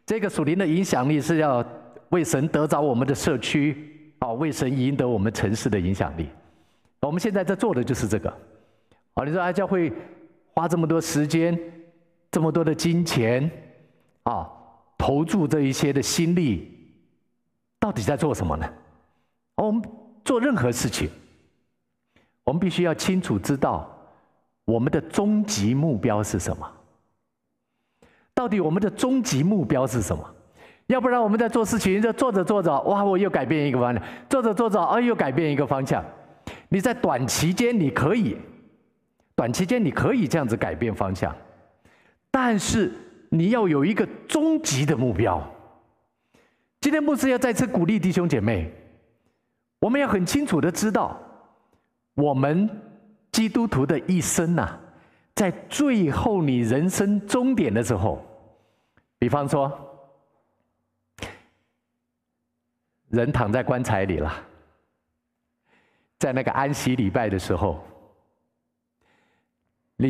这个属灵的影响力是要为神得着我们的社区，为神赢得我们城市的影响力。我们现在在做的就是这个。你说教会花这么多时间，这么多的金钱，投注这一些的心力，到底在做什么呢？我们做任何事情，我们必须要清楚知道我们的终极目标是什么。到底我们的终极目标是什么？要不然我们在做事情，就做着做着，哇，我又改变一个方向；做着做着，又改变一个方向。你在短期间你可以这样子改变方向，但是你要有一个终极的目标。今天牧师要再次鼓励弟兄姐妹，我们要很清楚的知道，我们基督徒的一生在最后你人生终点的时候，比方说人躺在棺材里了，在那个安息礼拜的时候，你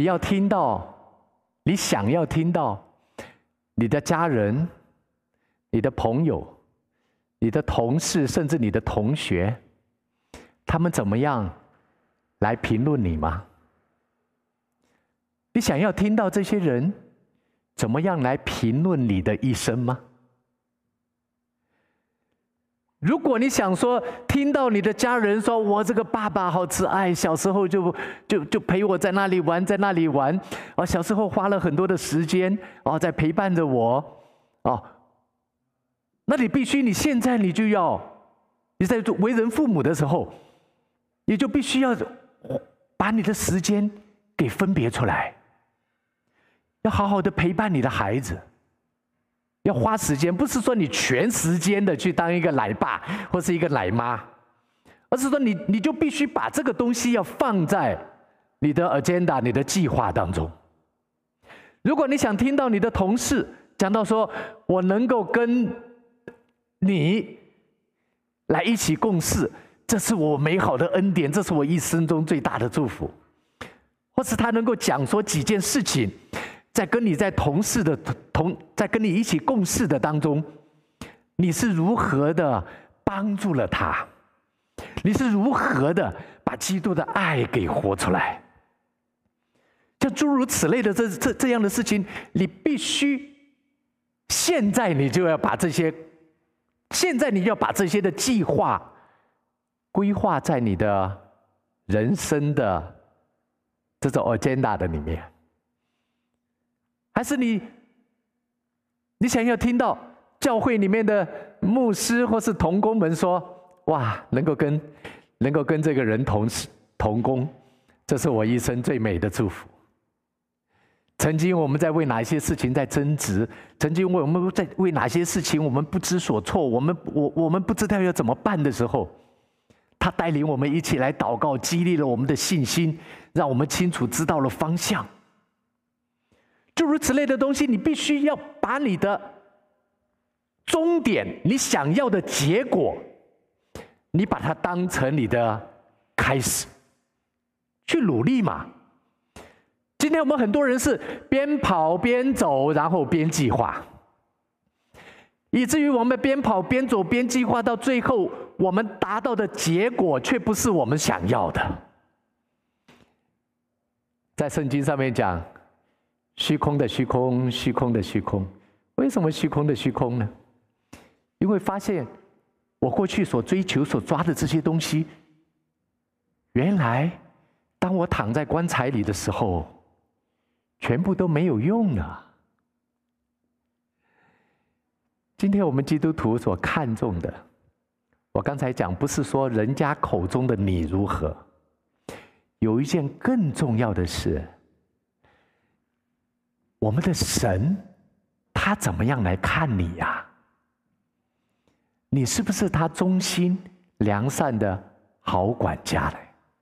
想要听到你的家人、你的朋友、你的同事，甚至你的同学，他们怎么样来评论你吗？你想要听到这些人怎么样来评论你的一生吗？如果你想说听到你的家人说，我这个爸爸好慈爱，小时候就陪我在那里玩，小时候花了很多的时间在陪伴着我，那你必须你现在你在为人父母的时候，你就必须要把你的时间给分别出来，要好好的陪伴你的孩子，要花时间，不是说你全时间的去当一个奶爸或是一个奶妈，而是说你就必须把这个东西要放在你的 agenda 你的计划当中。如果你想听到你的同事讲到说，我能够跟你来一起共事，这是我美好的恩典，这是我一生中最大的祝福，或是他能够讲说几件事情，在跟你一起共事的当中，你是如何的帮助了他，你是如何的把基督的爱给活出来，就诸如此类的这样的事情，你必须现在你就要把这些的计划规划在你的人生的这种 agenda 的里面。还是你想要听到教会里面的牧师或是同工们说，哇，能够跟这个人同工，这是我一生最美的祝福。曾经我们在为哪些事情在争执，曾经我们在为哪些事情我们不知所措，我们不知道要怎么办的时候，他带领我们一起来祷告，激励了我们的信心，让我们清楚知道了方向。诸如此类的东西，你必须要把你的终点，你想要的结果，你把它当成你的开始，去努力嘛。今天我们很多人是边跑边走，然后边计划，以至于我们边跑边走边计划，到最后我们达到的结果却不是我们想要的。在圣经上面讲，虚空的虚空，虚空的虚空。为什么虚空的虚空呢？因为发现我过去所追求所抓的这些东西，原来当我躺在棺材里的时候，全部都没有用了。今天我们基督徒所看重的，我刚才讲，不是说人家口中的你如何，有一件更重要的事，我们的神他怎么样来看你呀？你是不是他忠心良善的好管家呢？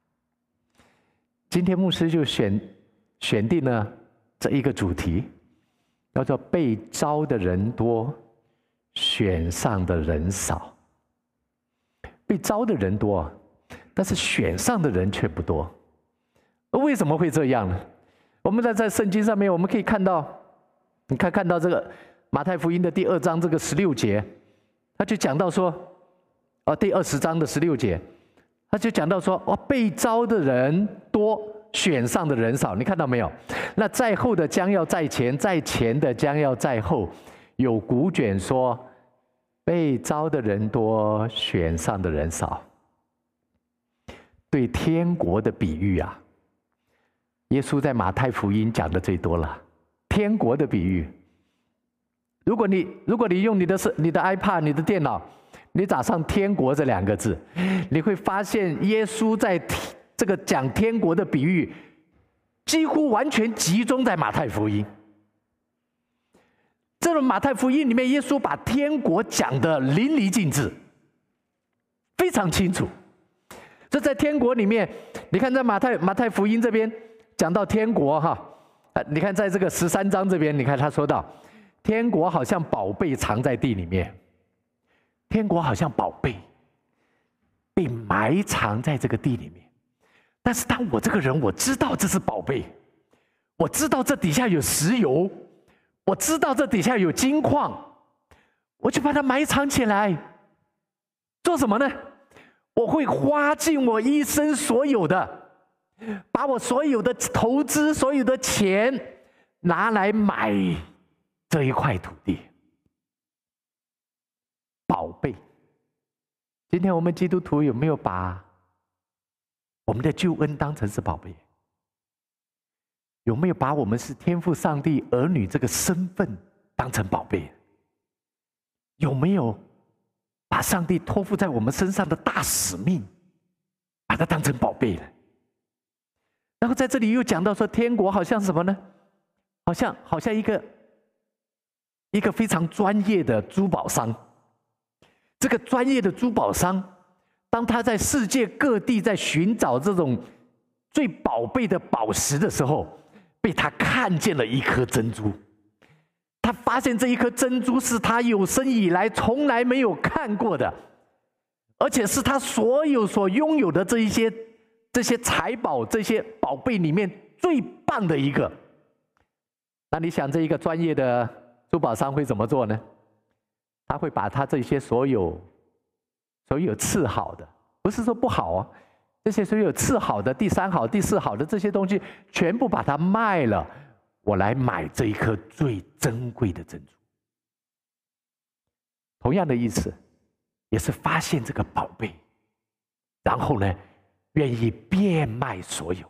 今天牧师就选定了这一个主题，叫做被招的人多，选上的人少。被招的人多，但是选上的人却不多。为什么会这样呢？我们在圣经上面，我们可以看到，看到这个马太福音的第2章这个16节，他就讲到说，第20章的16节，他就讲到说，被招的人多，选上的人少。你看到没有？那在后的将要在前，在前的将要在后。有古卷说，被招的人多，选上的人少。对天国的比喻啊，耶稣在马太福音讲的最多了。天国的比喻，如果你用你的 iPad、你的电脑，你打上“天国”这2个字，你会发现耶稣在这个讲天国的比喻，几乎完全集中在马太福音。这种马太福音里面，耶稣把天国讲得淋漓尽致，非常清楚。这在天国里面，你看在马太福音这边讲到天国哈，你看在这个13章这边，你看他说到，天国好像宝贝藏在地里面，天国好像宝贝被埋藏在这个地里面。但是当我这个人，我知道这是宝贝，我知道这底下有石油，我知道这底下有金矿，我就把它埋藏起来，做什么呢？我会花尽我一生所有的，把我所有的投资、所有的钱拿来买这一块土地。宝贝，今天我们基督徒有没有把我们的救恩当成是宝贝？有没有把我们是天父上帝儿女这个身份当成宝贝？有没有把上帝托付在我们身上的大使命把它当成宝贝了？然后在这里又讲到说，天国好像什么呢？好像一个非常专业的珠宝商。这个专业的珠宝商，当他在世界各地在寻找这种最宝贝的宝石的时候，被他看见了一颗珍珠。他发现这一颗珍珠是他有生以来从来没有看过的，而且是他所拥有的这些财宝、这些宝贝里面最棒的一个。那你想，这一个专业的珠宝商会怎么做呢？他会把他这些所有次好的，不是说不好啊，这些所有次好的、第3好、第4好的这些东西，全部把它卖了，我来买这一颗最珍贵的珍珠。同样的意思，也是发现这个宝贝，然后呢，愿意变卖所有。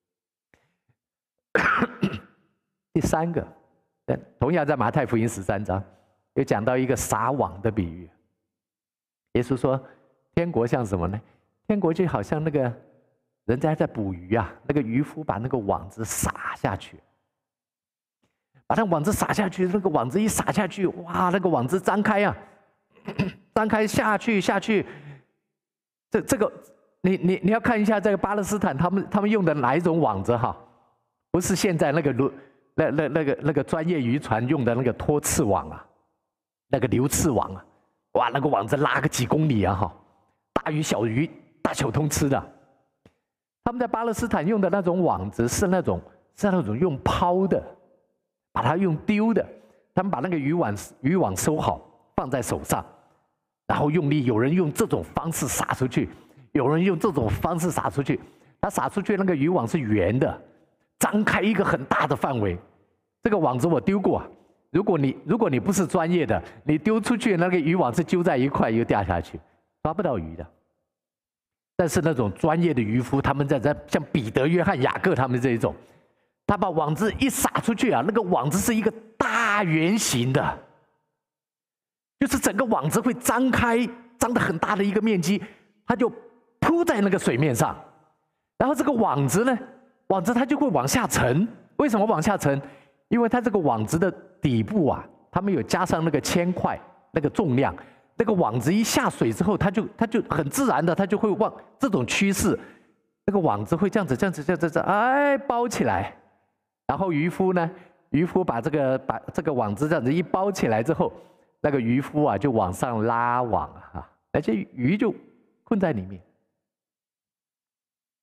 第3个，同样在马太福音13章，有讲到一个撒网的比喻。耶稣说，天国像什么呢？天国就好像那个人家在捕鱼啊，那个渔夫把那个网子撒下去，把那网子撒下去，那个网子一撒下去，哇，那个网子张开啊，张开下去，这个你要看一下这个巴勒斯坦他们用的哪一种网子哈，不是现在那个专业渔船用的那个拖刺网啊，那个流刺网啊，哇，那个网子拉个几公里啊哈，大鱼小鱼大小通吃的。他们在巴勒斯坦用的那种网子是那种用抛的，把它用丢的。他们把那个渔网收好，放在手上，然后用力。有人用这种方式撒出去，有人用这种方式撒出去。他撒出去那个渔网是圆的，张开一个很大的范围。这个网子我丢过，如果你不是专业的，你丢出去那个渔网是揪在一块又掉下去，抓不到鱼的。但是那种专业的渔夫，他们在像彼得、约翰、雅各他们这一种，他把网子一撒出去啊，那个网子是一个大圆形的，就是整个网子会张开，张得很大的一个面积，它就铺在那个水面上。然后这个网子呢，网子它就会往下沉。为什么往下沉？因为它这个网子的底部啊，他们有加上那个铅块，那个重量。那个网子一下水之后，它就很自然的，它就会往这种趋势，那个网子会这样子，哎，包起来。然后渔夫把这个网子这样子一包起来之后，那个渔夫啊就往上拉网啊，而且鱼就困在里面，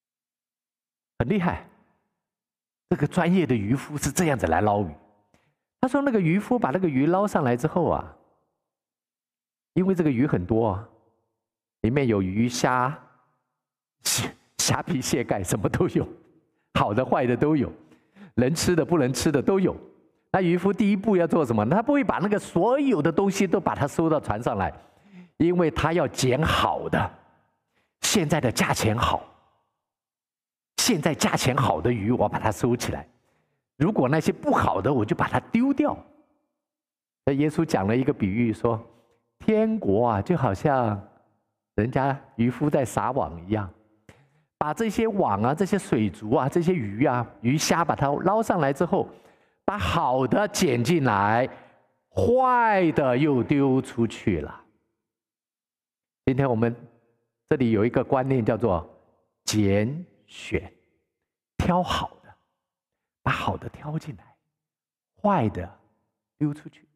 很厉害。这个专业的渔夫是这样子来捞鱼。 他说那个渔夫把那个鱼捞上来之后啊，因为这个鱼很多啊，里面有鱼虾、虾皮蟹盖，什么都有，好的坏的都有，能吃的不能吃的都有。那渔夫第一步要做什么？他不会把那个所有的东西都把它收到船上来，因为他要捡好的，现在的价钱好，现在价钱好的鱼我把它收起来，如果那些不好的我就把它丢掉。那耶稣讲了一个比喻说，天国啊就好像人家渔夫在撒网一样，把这些网啊、这些水族啊、这些鱼啊、鱼虾把它捞上来之后，把好的捡进来，坏的又丢出去了。今天我们这里有一个观念叫做拣选，挑好的，把好的挑进来，坏的丢出去。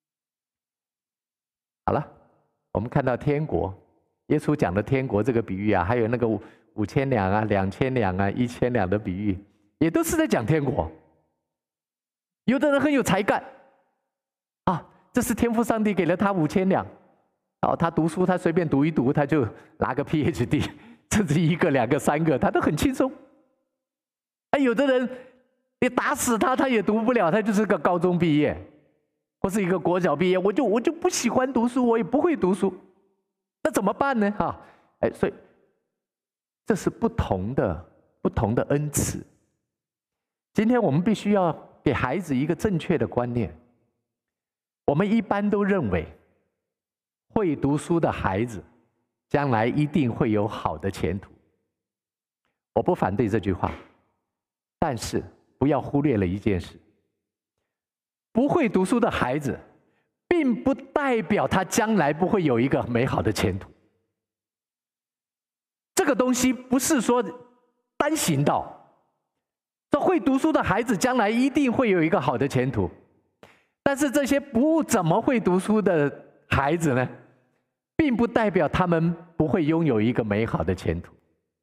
好了，我们看到天国，耶稣讲的天国这个比喻啊，还有那个5000两啊、2000两啊、1000两的比喻，也都是在讲天国。有的人很有才干啊，这是天父上帝给了他5000两，哦，他读书他随便读一读，他就拿个 PhD， 甚至1个、2个、3个，他都很轻松。有的人你打死他，他也读不了，他就是个高中毕业，或是一个国小毕业，我就不喜欢读书，我也不会读书，那怎么办呢？所以这是不同的恩赐。今天我们必须要给孩子一个正确的观念。我们一般都认为，会读书的孩子将来一定会有好的前途。我不反对这句话，但是不要忽略了一件事：不会读书的孩子，并不代表他将来不会有一个美好的前途。这个东西不是说单行道。说会读书的孩子将来一定会有一个好的前途，但是这些不怎么会读书的孩子呢，并不代表他们不会拥有一个美好的前途。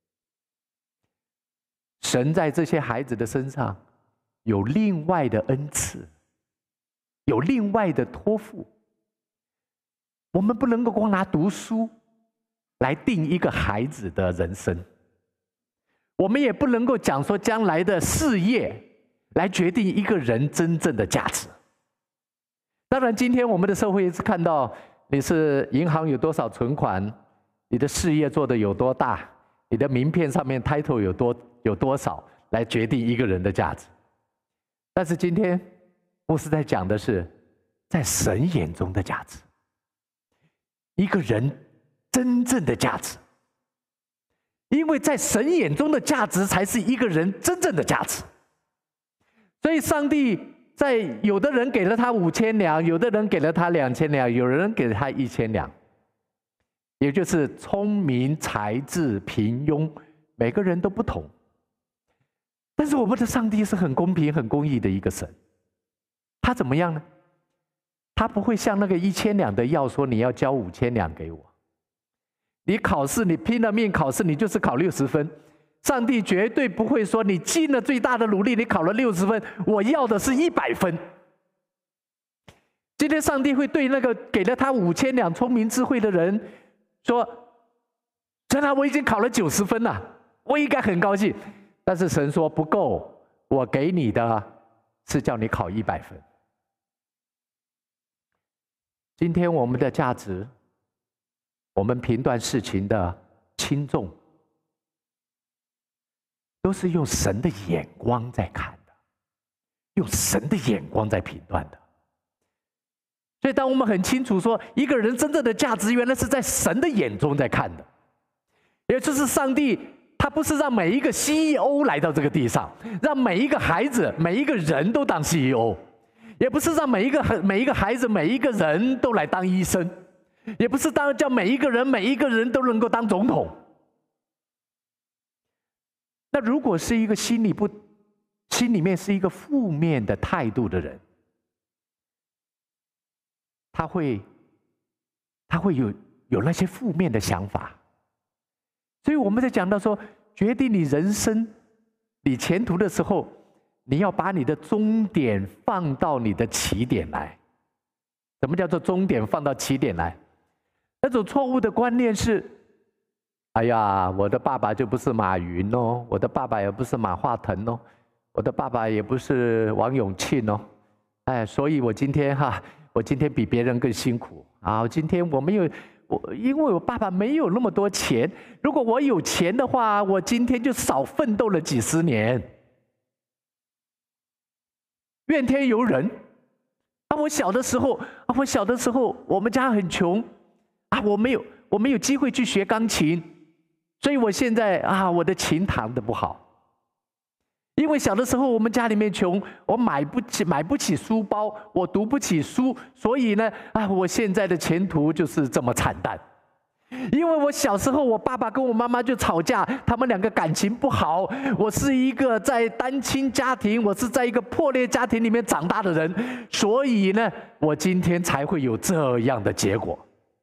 神在这些孩子的身上有另外的恩赐，有另外的托付。我们不能够光拿读书来定一个孩子的人生。我们也不能够讲说将来的事业来决定一个人真正的价值。当然，今天我们的社会是看到你是银行有多少存款，你的事业做得有多大，你的名片上面 title 有多少，来决定一个人的价值。但是今天牧师在讲的是，在神眼中的价值，一个人真正的价值。因为在神眼中的价值才是一个人真正的价值。所以上帝在有的人给了他5000两，有的人给了他2000两，有人给了他1000两，也就是聪明、才智、平庸，每个人都不同。但是我们的上帝是很公平、很公义的一个神。他怎么样呢？他不会像那个1000两的要说你要交5000两给我。你考试，你拼了命考试，你就是考60分。上帝绝对不会说你尽了最大的努力，你考了60分，我要的是100分。今天上帝会对那个给了他5000两聪明智慧的人说：“神啊，我已经考了90分了，我应该很高兴。”但是神说不够，我给你的是叫你考100分。今天我们的价值，我们评断事情的轻重，都是用神的眼光在看的，用神的眼光在评断的。所以当我们很清楚说一个人真正的价值原来是在神的眼中在看的，也就是上帝他不是让每一个 CEO 来到这个地上，让每一个孩子每一个人都当 CEO， 也不是让每一个孩子每一个人都来当医生，也不是叫每一个人都能够当总统。那如果是一个心里面是一个负面的态度的人，他会有那些负面的想法。所以我们在讲到说决定你人生你前途的时候， 你要把你的终点放到你的起点来。什么叫做终点放到起点来？那种错误的观念是：哎呀，我的爸爸就不是马云哦，我的爸爸也不是马化腾哦，我的爸爸也不是王永庆哦，哎，所以我今天我今天比别人更辛苦啊！今天因为我爸爸没有那么多钱，如果我有钱的话，我今天就少奋斗了几十年。怨天尤人我小的时候我们家很穷我没有机会去学钢琴，所以我现在我的琴弹得不好。因为小的时候我们家里面穷，我买不起书包，我读不起书，所以呢我现在的前途就是这么惨淡。因为我小时候我爸爸跟我妈妈就吵架，他们两个感情不好，我是一个在单亲家庭，我是在一个破裂家庭里面长大的人，所以呢我今天才会有这样的结果。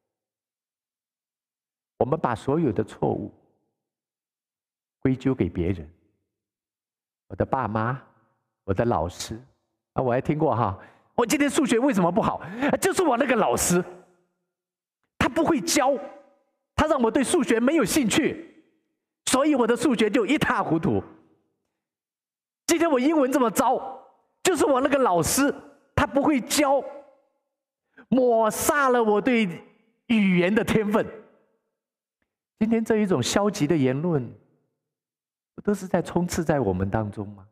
我们把所有的错误归咎给别人，我的爸妈，我的老师我还听过我今天数学为什么不好，就是我那个老师他不会教，他让我对数学没有兴趣，所以我的数学就一塌糊涂。今天我英文这么糟，就是我那个老师他不会教，抹杀了我对语言的天分。今天这一种消极的言论不都是在充斥在我们当中吗？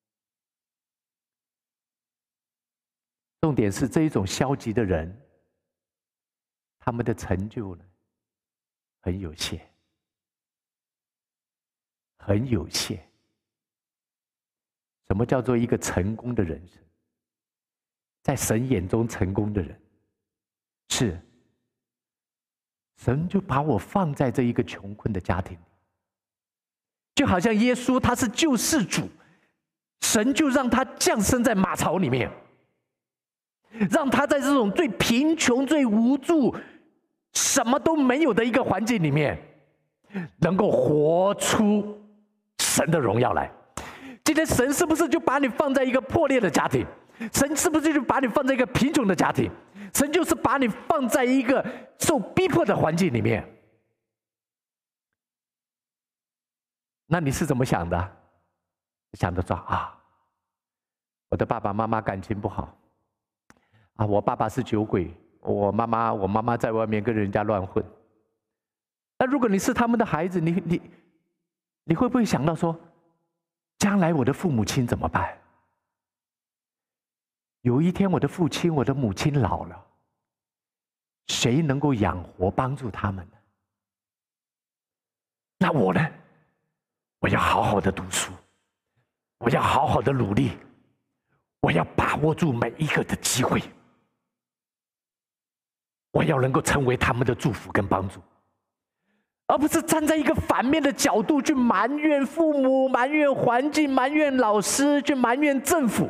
重点是这一种消极的人，他们的成就呢很有限，很有限。什么叫做一个成功的人生？在神眼中成功的人，是神就把我放在这一个穷困的家庭里，就好像耶稣他是救世主，神就让他降生在马槽里面，让他在这种最贫穷、最无助、什么都没有的一个环境里面，能够活出神的荣耀来。今天神是不是就把你放在一个破裂的家庭？神是不是就把你放在一个贫穷的家庭？神就是把你放在一个受逼迫的环境里面。那你是怎么想的？想着说我的爸爸妈妈感情不好我爸爸是酒鬼，我妈妈在外面跟人家乱混。那如果你是他们的孩子，你会不会想到说，将来我的父母亲怎么办？有一天我的父亲我的母亲老了，谁能够养活帮助他们呢？那我呢？我要好好的读书，我要好好的努力，我要把握住每一个的机会，我要能够成为他们的祝福跟帮助，而不是站在一个反面的角度去埋怨父母、埋怨环境、埋怨老师、去埋怨政府。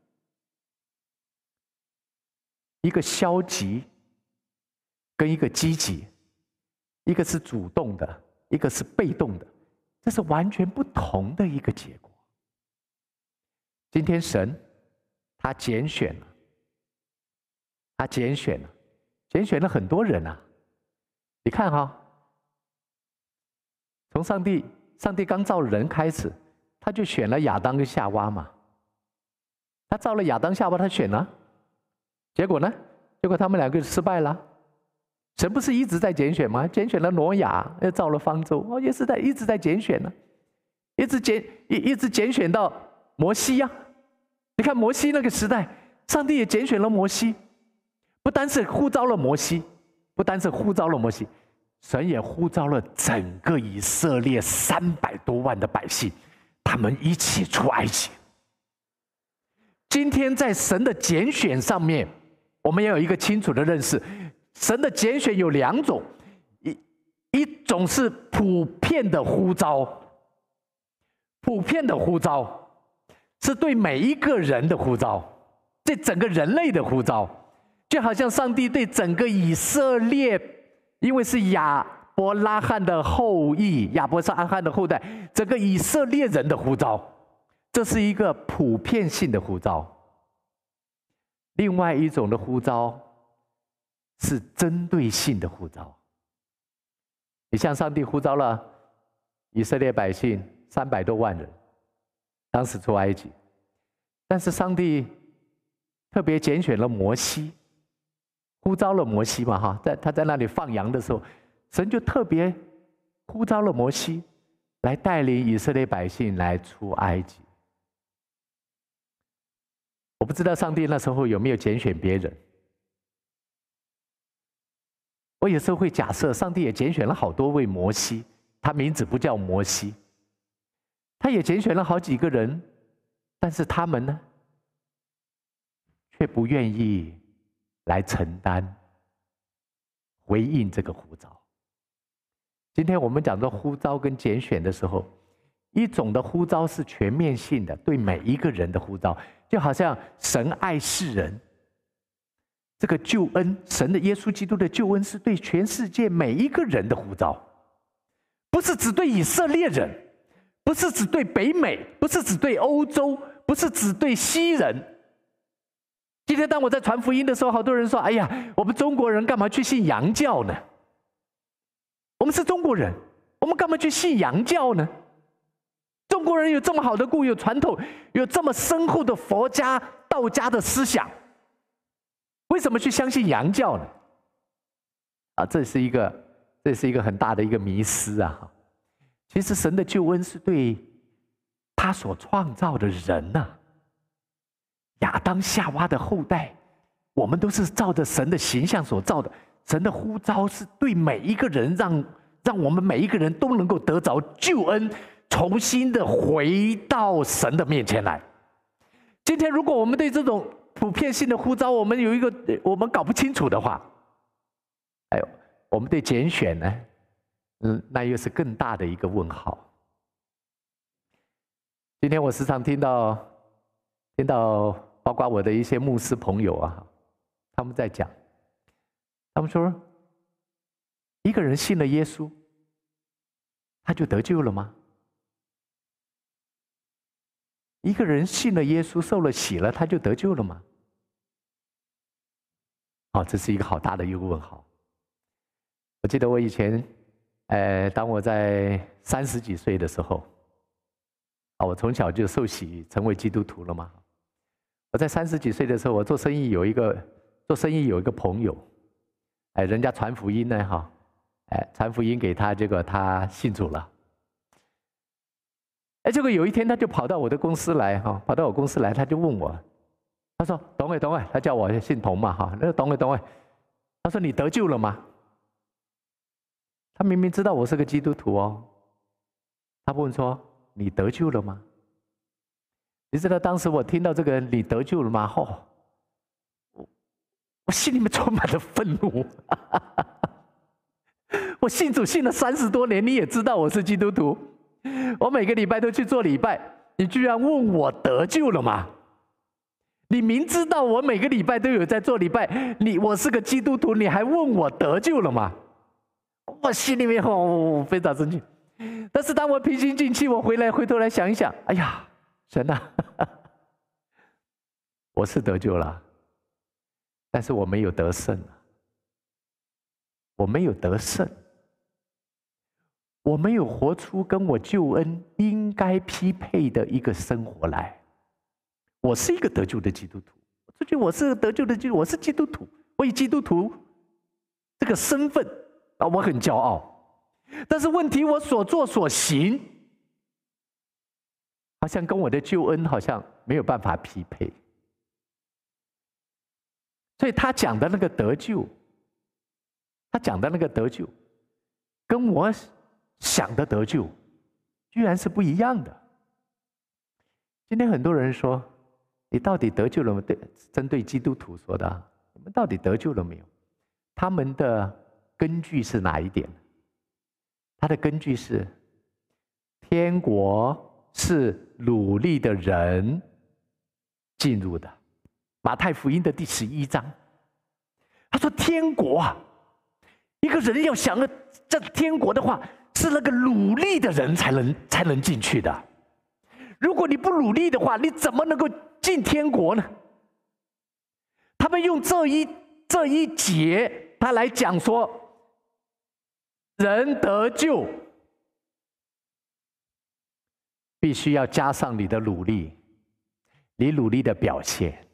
一个消极跟一个积极，一个是主动的，一个是被动的，这是完全不同的一个结果。今天神他拣选了很多人你看从上帝刚造人开始，他就选了亚当跟夏娃嘛。他造了亚当夏娃，他选了，结果呢？结果他们两个失败了。神不是一直在拣选吗？拣选了挪亚，造了方舟，也是一直在拣选呢，一直拣选到摩西呀。你看摩西那个时代，上帝也拣选了摩西，不单是呼召了摩西，神也呼召了整个以色列300多万的百姓，他们一起出埃及。今天在神的拣选上面，我们要有一个清楚的认识。神的拣选有2种，一种是普遍的呼召，是对每一个人的呼召，对整个人类的呼召，就好像上帝对整个以色列，因为是亚伯拉罕的后裔，亚伯拉罕的后代，整个以色列人的呼召， 这是一个普遍性的呼召。另外一种的呼召是针对性的呼召。你像上帝呼召了以色列百姓300多万人，当时出埃及，但是上帝特别拣选了摩西，呼召了摩西嘛哈，他在那里放羊的时候，神就特别呼召了摩西来带领以色列百姓来出埃及。我不知道上帝那时候有没有拣选别人。我有时候会假设，上帝也拣选了好多位摩西，他名字不叫摩西，他也拣选了好几个人，但是他们呢，却不愿意来承担回应这个呼召。今天我们讲到呼召跟拣选的时候，一种的呼召是全面性的，对每一个人的呼召，就好像神爱世人，这个救恩，神的耶稣基督的救恩是对全世界每一个人的呼召，不是只对以色列人，不是只对北美，不是只对欧洲，不是只对西人。今天当我在传福音的时候，好多人说：“哎呀，我们中国人干嘛去信洋教呢？我们是中国人，我们干嘛去信洋教呢？中国人有这么好的固有传统，有这么深厚的佛家、道家的思想，为什么去相信洋教呢？”啊，这是一个很大的一个迷思啊！其实神的救恩是对他所创造的人啊，亚当夏娃的后代，我们都是照着神的形象所造的。神的呼召是对每一个人，让我们每一个人都能够得着救恩，重新的回到神的面前来。今天如果我们对这种普遍性的呼召，我们搞不清楚的话，哎呦，我们对拣选呢，那又是更大的一个问号。今天我时常听到，包括我的一些牧师朋友啊，他们在讲，他们说，一个人信了耶稣，他就得救了吗？一个人信了耶稣，受了洗了，他就得救了吗？这是一个好大的一个问号。我记得我以前，当我在30几岁的时候，我从小就受洗成为基督徒了嘛。我在30几岁的时候，我做生意有一个朋友，人家传福音呢哈，传福音给他，结果他信主了。结果有一天他就跑到我的公司来哈，跑到我公司来，他就问我，他说：“董伟，他叫我姓童嘛哈，那个董伟，他说你得救了吗？”他明明知道我是个基督徒哦，他问说：“你得救了吗？”你知道当时我听到这个“你得救了吗”后，我心里面充满了愤怒。我信主信了30多年，你也知道我是基督徒，我每个礼拜都去做礼拜，你居然问我得救了吗？你明知道我每个礼拜都有在做礼拜，我是个基督徒，你还问我得救了吗？我心里面非常生气。但是当我平心静气，我回头来想一想，哎呀，神啊，我是得救了，但是我没有得胜啊，我没有得胜，我没有活出跟我救恩应该匹配的一个生活来。我是一个得救的基督徒，我是得救的基督徒，我是基督徒，我以基督徒这个身份我很骄傲。但是问题，我所做所行，好像跟我的救恩好像没有办法匹配。所以他讲的那个得救，跟我想的得救，居然是不一样的。今天很多人说，你到底得救了没？针对基督徒说的，你们到底得救了没有？他们的根据是哪一点？他的根据是，天国是努力的人进入的。马太福音的第11章，他说天国啊，一个人要想这天国的话，是那个努力的人才能进去的。 如果你不努力的话，你怎么能够进天国呢？他们用这一节，他来讲说，人得救，必须要加上你的努力，你努力的表现，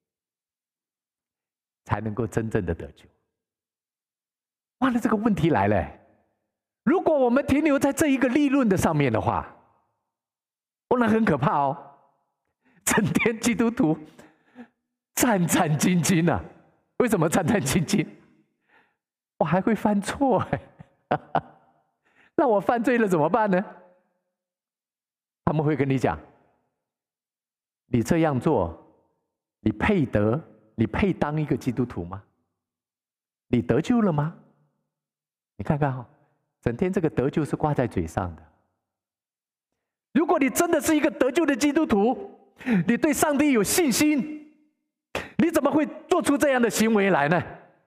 才能够真正的得救。哇，那这个问题来了，如果我们停留在这一个立论的上面的话，那很可怕哦。整天基督徒战战兢兢啊，为什么战战兢兢？我还会犯错那我犯罪了怎么办呢？他们会跟你讲，你这样做，你配当一个基督徒吗？你得救了吗？你看看整天这个得救是挂在嘴上的。如果你真的是一个得救的基督徒，你对上帝有信心，你怎么会做出这样的行为来呢？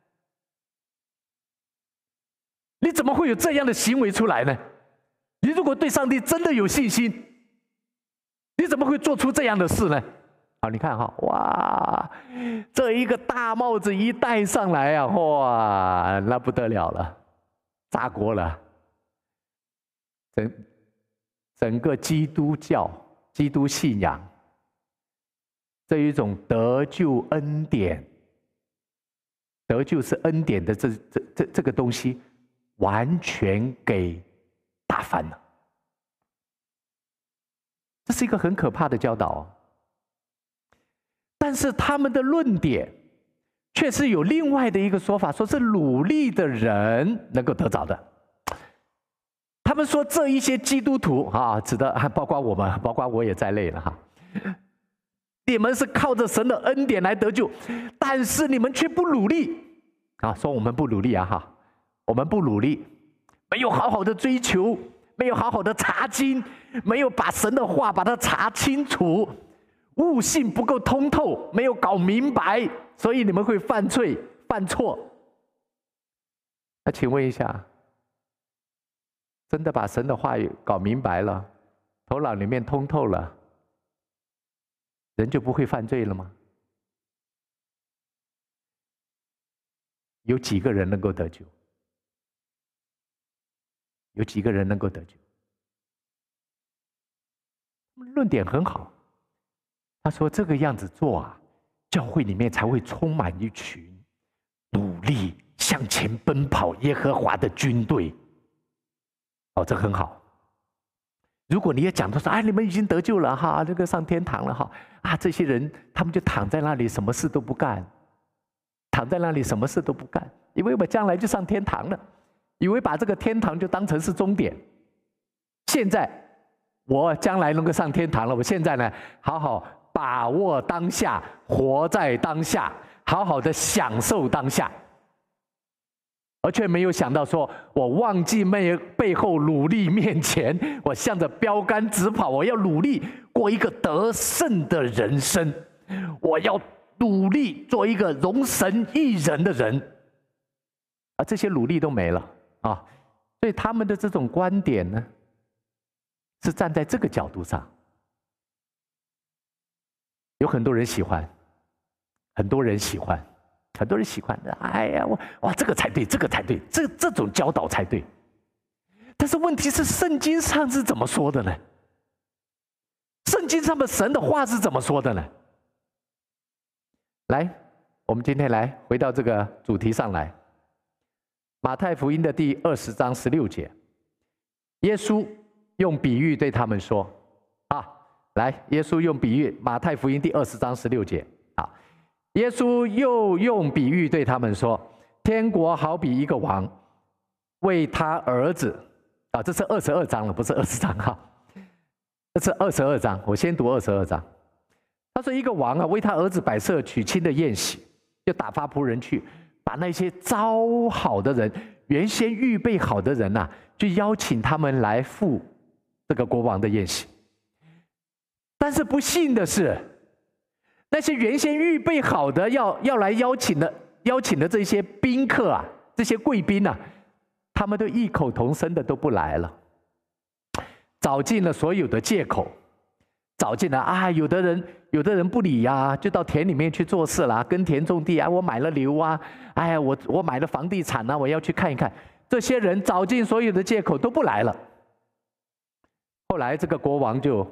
你怎么会有这样的行为出来呢？你如果对上帝真的有信心，你怎么会做出这样的事呢？好，你看哇，这一个大帽子一戴上来啊，哇，那不得了了，炸锅了。整个基督教、基督信仰这一种得救恩典，得救是恩典的这个东西，完全给打翻了。这是一个很可怕的教导但是他们的论点却是有另外的一个说法，说是努力的人能够得着的。他们说这一些基督徒指的包括我们，包括我也在内了你们是靠着神的恩典来得救，但是你们却不努力说我们不努力我们不努力，没有好好的追求，没有好好的查经，没有把神的话把它查清楚，悟性不够通透，没有搞明白，所以你们会犯罪犯错。那请问一下，真的把神的话语搞明白了，头脑里面通透了，人就不会犯罪了吗？有几个人能够得救？有几个人能够得救？论点很好，他说这个样子做教会里面才会充满一群努力向前奔跑耶和华的军队。这很好。如果你也讲到说，你们已经得救了这个上天堂了这些人他们就躺在那里什么事都不干，躺在那里什么事都不干，以为我将来就上天堂了，以为把这个天堂就当成是终点。现在我将来能够上天堂了，我现在呢，好好把握当下，活在当下，好好的享受当下。而却没有想到说，我忘记背后努力面前，我向着标杆直跑，我要努力过一个得胜的人生，我要努力做一个荣神益人的人。这些努力都没了所以他们的这种观点呢，是站在这个角度上。有很多人喜欢，很多人喜欢，很多人喜欢。哇，这个才对，这个才对，这种教导才对。但是问题是，圣经上是怎么说的呢？圣经上的神的话是怎么说的呢？来，我们今天来回到这个主题上来。马太福音的第20章16节，耶稣用比喻对他们说来，耶稣用比喻，马太福音第20章16节耶稣又用比喻对他们说，天国好比一个王为他儿子这是22章了，不是20章这是22章，我先读22章。他说，一个王为他儿子摆设娶亲的宴席，就打发仆人去把那些招好的人，原先预备好的人就邀请他们来赴这个国王的宴席。但是不幸的是，那些原先预备好的要来邀请的这些宾客这些贵宾他们都异口同声的都不来了，找尽了所有的借口， 找进来啊。有的人不理呀，就到田里面去做事啦，耕田种地啊。我买了牛啊，哎呀，我买了房地产啊，我要去看一看。这些人找尽所有的借口都不来了。后来这个国王就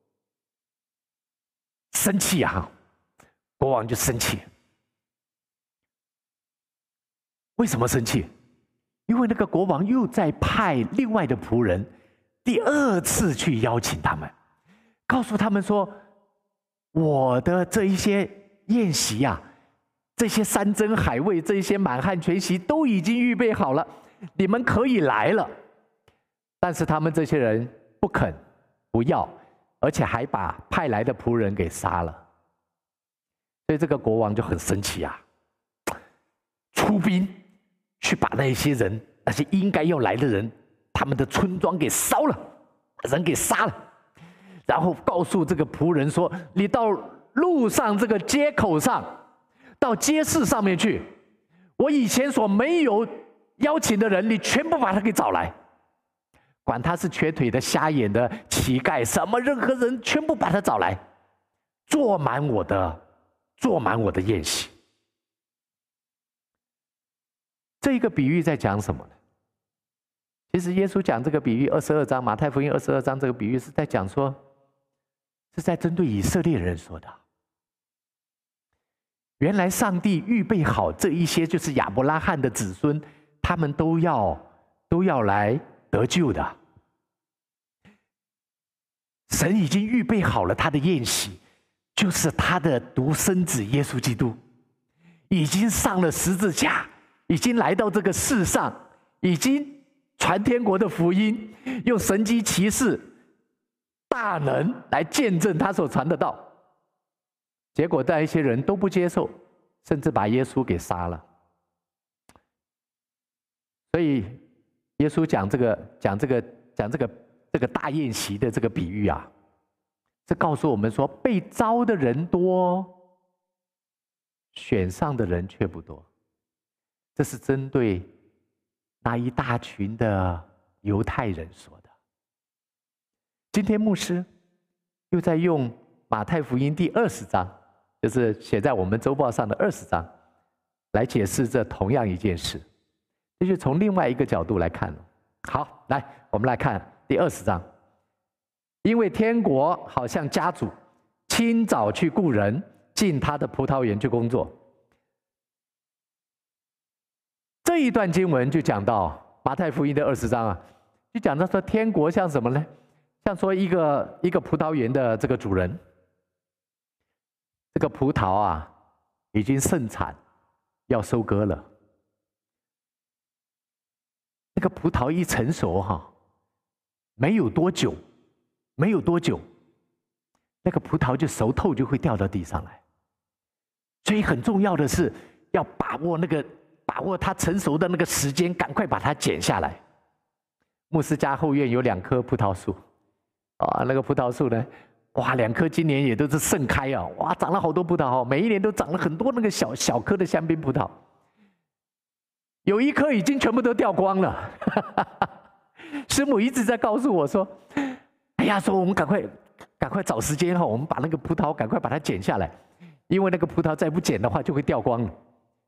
生气啊，国王就生气。为什么生气？因为那个国王又在派另外的仆人第二次去邀请他们，告诉他们说，我的这一些宴席啊，这些山珍海味，这些满汉全席都已经预备好了，你们可以来了。但是他们这些人不肯，不要，而且还把派来的仆人给杀了。所以这个国王就很生气啊，出兵去把那些人，那些应该要来的人，他们的村庄给烧了，人给杀了，然后告诉这个仆人说，你到路上这个街口上，到街市上面去，我以前所没有邀请的人，你全部把他给找来，管他是瘸腿的、瞎眼的、乞丐，什么任何人全部把他找来，坐满我的宴席。这一个比喻在讲什么呢？其实耶稣讲这个比喻，22章马太福音22章这个比喻是在讲说，是在针对以色列人说的。原来上帝预备好这一些，就是亚伯拉罕的子孙，他们都要来得救的。神已经预备好了他的宴席，就是他的独生子耶稣基督，已经上了十字架，已经来到这个世上，已经传天国的福音，用神迹奇事大能来见证他所传的道。结果那一些人都不接受，甚至把耶稣给杀了。所以耶稣讲这个大宴席的这个比喻啊，是告诉我们说，被招的人多，选上的人却不多。这是针对那一大群的犹太人说的。今天牧师又在用马太福音第20章，就是写在我们周报上的20章，来解释这同样一件事，这就从另外一个角度来看了。好，来，我们来看第20章。因为天国好像家主清早去雇人进他的葡萄园去工作。这一段经文就讲到马太福音的20章啊，就讲到说天国像什么呢？像说一个葡萄园的这个主人，这个葡萄啊已经盛产，要收割了。那个葡萄一成熟哈，没有多久，那个葡萄就熟透，就会掉到地上来。所以很重要的是要把握它成熟的那个时间，赶快把它剪下来。牧师家后院有2棵葡萄树，啊，那个葡萄树呢，哇，2棵今年也都是盛开啊，哇，长了好多葡萄，每一年都长了很多那个小颗的香槟葡萄。有1颗已经全部都掉光了，师母一直在告诉我说：“哎呀，说我们赶快找时间哈，我们把那个葡萄赶快把它剪下来，因为那个葡萄再不剪的话就会掉光了。”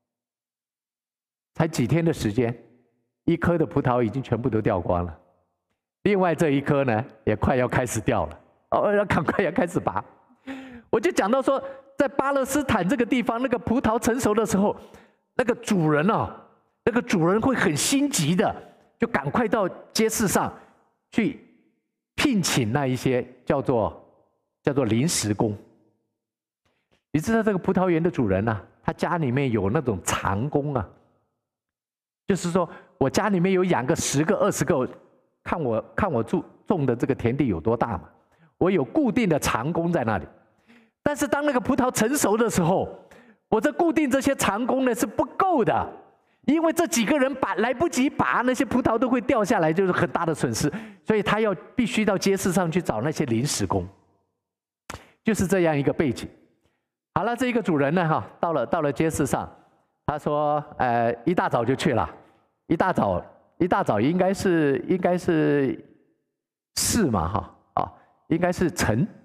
才几天的时间，1颗的葡萄已经全部都掉光了，另外这1颗呢也快要开始掉了，要赶快要开始拔。我就讲到说，在巴勒斯坦这个地方，那个葡萄成熟的时候，那个主人会很心急的，就赶快到街市上去聘请那一些叫做临时工。你知道这个葡萄园的主人啊，他家里面有那种长工啊，就是说我家里面有养个10个20个，看我种的这个田地有多大嘛，我有固定的长工在那里。但是当那个葡萄成熟的时候，我这固定这些长工呢是不够的，因为这几个人来不及拔，那些葡萄都会掉下来，就是很大的损失。所以他必须到街市上去找那些临时工，就是这样一个背景。好了，这一个主人呢，哈，到了街市上，他说，一大早就去了，一大早应该是市嘛，哈，啊，应该是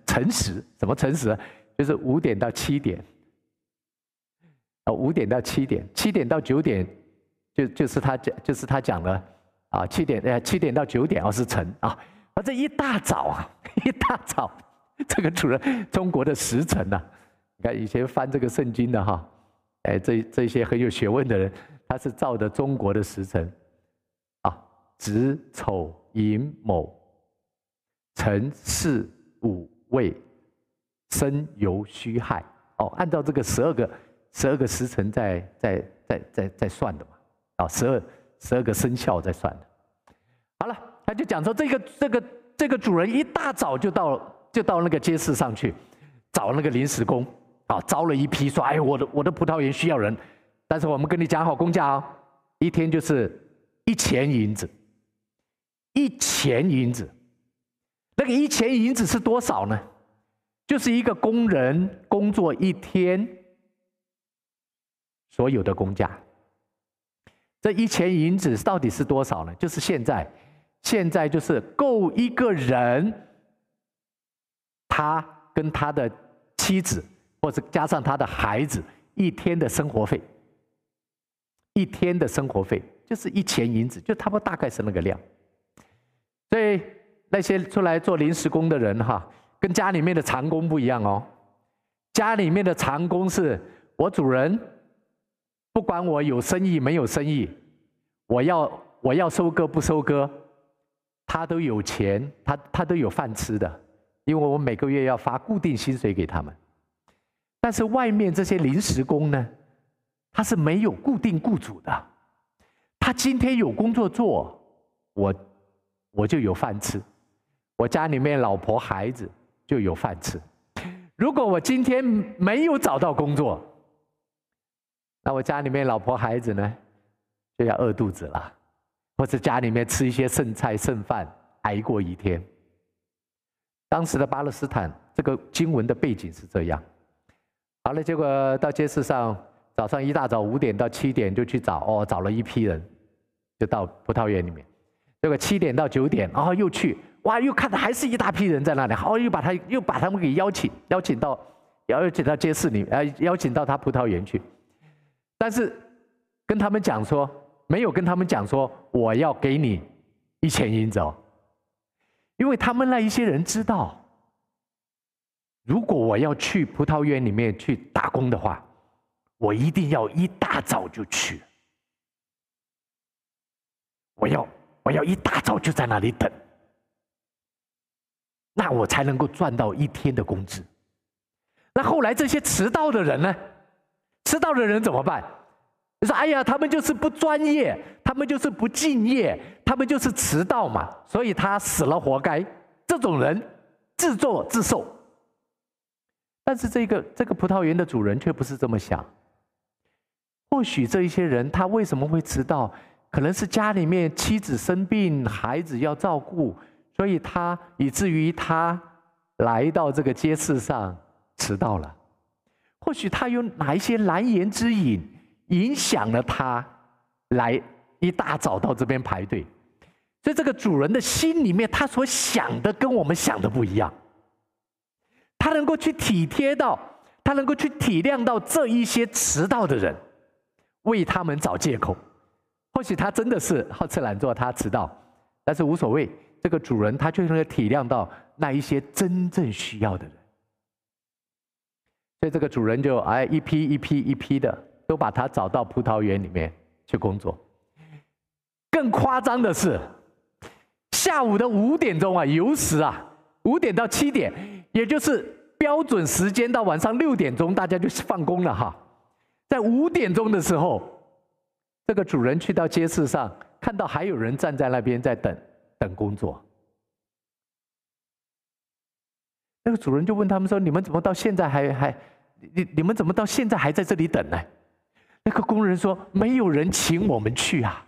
晨时，什么晨时？就是5点到7点。5点到7点，7点到9点，就是他讲的啊，7点到9点是晨啊。这一大早啊，一大早，这个主人中国的时辰啊，你看以前翻这个圣经的哈，这些很有学问的人，他是照着中国的时辰啊，子丑寅卯辰巳午未申酉戌亥按照这个12个时辰在算的嘛，12个生肖在算的。好了，他就讲说这个主人一大早就到那个街市上去找那个临时工招了一批，说哎，我的葡萄园需要人，但是我们跟你讲好工价一天就是1000银子，1000银子。那个1000银子是多少呢？就是一个工人工作一天所有的工价。这1000银子到底是多少呢？就是现在就是够一个人，他跟他的妻子或者加上他的孩子一天的生活费，1天的生活费就是1000银子，就差不多大概是那个量。所以那些出来做临时工的人跟家里面的长工不一样家里面的长工是我主人，不管我有生意没有生意，我要收割不收割，他都有钱，他都有饭吃的，因为我每个月要发固定薪水给他们。但是外面这些临时工呢，他是没有固定雇主的，他今天有工作做，我就有饭吃，我家里面老婆孩子就有饭吃。如果我今天没有找到工作，那我家里面老婆孩子呢就要饿肚子了，或者家里面吃一些剩菜剩饭挨过一天。当时的巴勒斯坦这个经文的背景是这样。好了，结果到街市上，早上一大早5点到7点就去找找了一批人，就到葡萄园里面。结果7点到9点，又去，哇，又看到还是一大批人在那里，又把他们给邀请到街市里，邀请到他葡萄园去。但是跟他们讲说，没有跟他们讲说我要给你1000银子因为他们那一些人知道，如果我要去葡萄园里面去打工的话，我一定要一大早就去，我要一大早就在那里等，那我才能够赚到1天的工资。那后来这些迟到的人呢？迟到的人怎么办？就说哎呀，他们就是不专业，他们就是不敬业，他们就是迟到嘛，所以他死了活该。这种人自作自受。但是这个葡萄园的主人却不是这么想。或许这一些人他为什么会迟到？可能是家里面妻子生病，孩子要照顾，所以以至于他来到这个街市上迟到了。或许他有哪一些难言之隐影响了他来一大早到这边排队，所以这个主人的心里面他所想的跟我们想的不一样，他能够去体贴到，他能够去体谅到这一些迟到的人，为他们找借口。或许他真的是好吃懒做，他迟到，但是无所谓，这个主人他就能够体谅到那一些真正需要的人。所以这个主人就一批的都把他找到葡萄园里面去工作。更夸张的是，下午的5点钟酉时5点到7点，也就是标准时间到晚上6点钟，大家就放工了在5点钟的时候，这个主人去到街市上，看到还有人站在那边在等工作。那个主人就问他们说：“你们怎么到现在你们怎么到现在还在这里等呢？”那个工人说：“没有人请我们去啊。”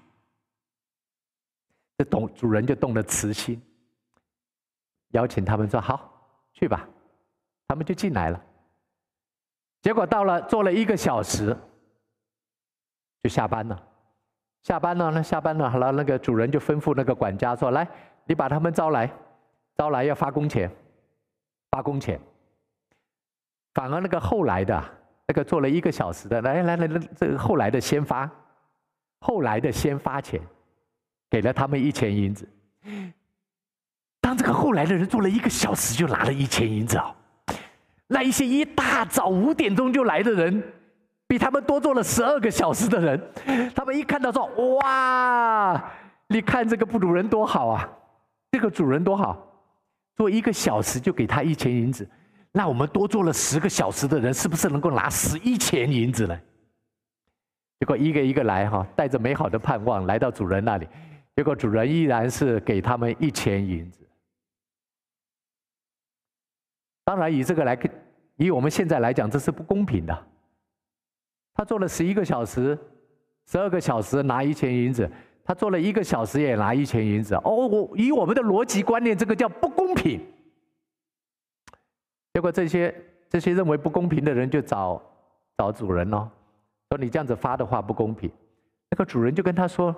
这主人就动了慈心，邀请他们说：“好，去吧。”他们就进来了。结果做了1个小时，就下班了。下班了，好了，那个主人就吩咐那个管家说：“来，你把他们招来要发工钱。” 发工钱，反而那个后来的那个做了1个小时的，来，这个后来的先发钱，给了他们1000银子。当这个后来的人做了1个小时就拿了1000银子哦，那一些一大早5点钟就来的人，比他们多做了12个小时的人，他们一看到说：“哇，你看这个主人多好啊，这个主人多好，做1个小时就给他1000银子。那我们多做了10个小时的人，是不是能够拿11,000银子呢？”结果一个一个来哈，带着美好的盼望来到主人那里，结果主人依然是给他们1000银子。当然，以我们现在来讲，这是不公平的。他做了11个小时、12个小时拿1000银子，他做了1个小时也拿1000银子。以我们的逻辑观念，这个叫不公平。结果这些认为不公平的人就找主人哦，说你这样子发的话不公平。那个主人就跟他说：“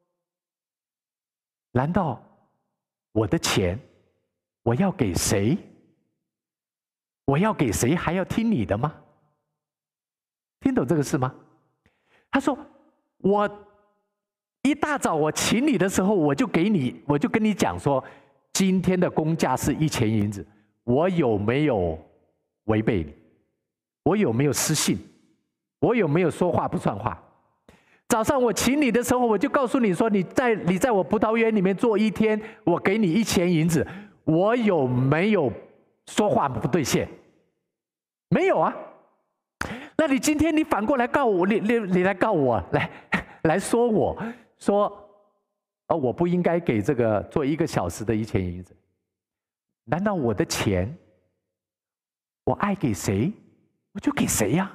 难道我的钱我要给谁？我要给谁还要听你的吗？听懂这个事吗？”他说：“我一大早我请你的时候，我就跟你讲说，今天的工价是1000银子。我有没有违背你？我有没有失信？我有没有说话不算话？早上我请你的时候，我就告诉你说，你在我葡萄园里面做1天，我给你1000银子。我有没有说话不兑现？没有啊。那你今天你反过来告我，你来告我，来说我说，我不应该给这个做1个小时的1000银子。难道我的钱，我爱给谁，我就给谁呀？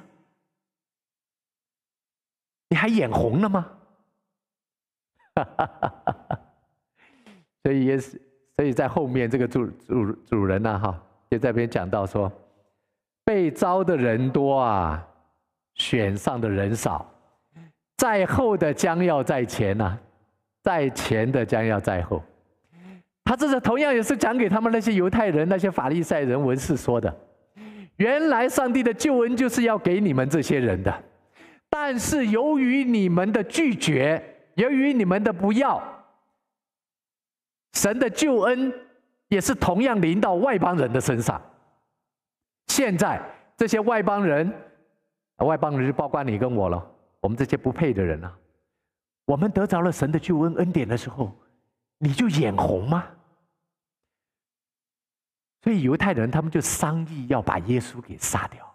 你还眼红了吗？”所以在后面这个主人呢，就在那边讲到说，被招的人多啊，选上的人少，在后的将要在前啊，在前的将要在后。他这是同样也是讲给他们那些犹太人、那些法利赛人、文士说的。原来上帝的救恩就是要给你们这些人的，但是由于你们的拒绝，由于你们的不要，神的救恩也是同样临到外邦人的身上。现在这些外邦人就包括你跟我了，我们这些不配的人啊，我们得着了神的救恩恩典的时候，你就眼红吗？所以犹太人他们就商议要把耶稣给杀掉，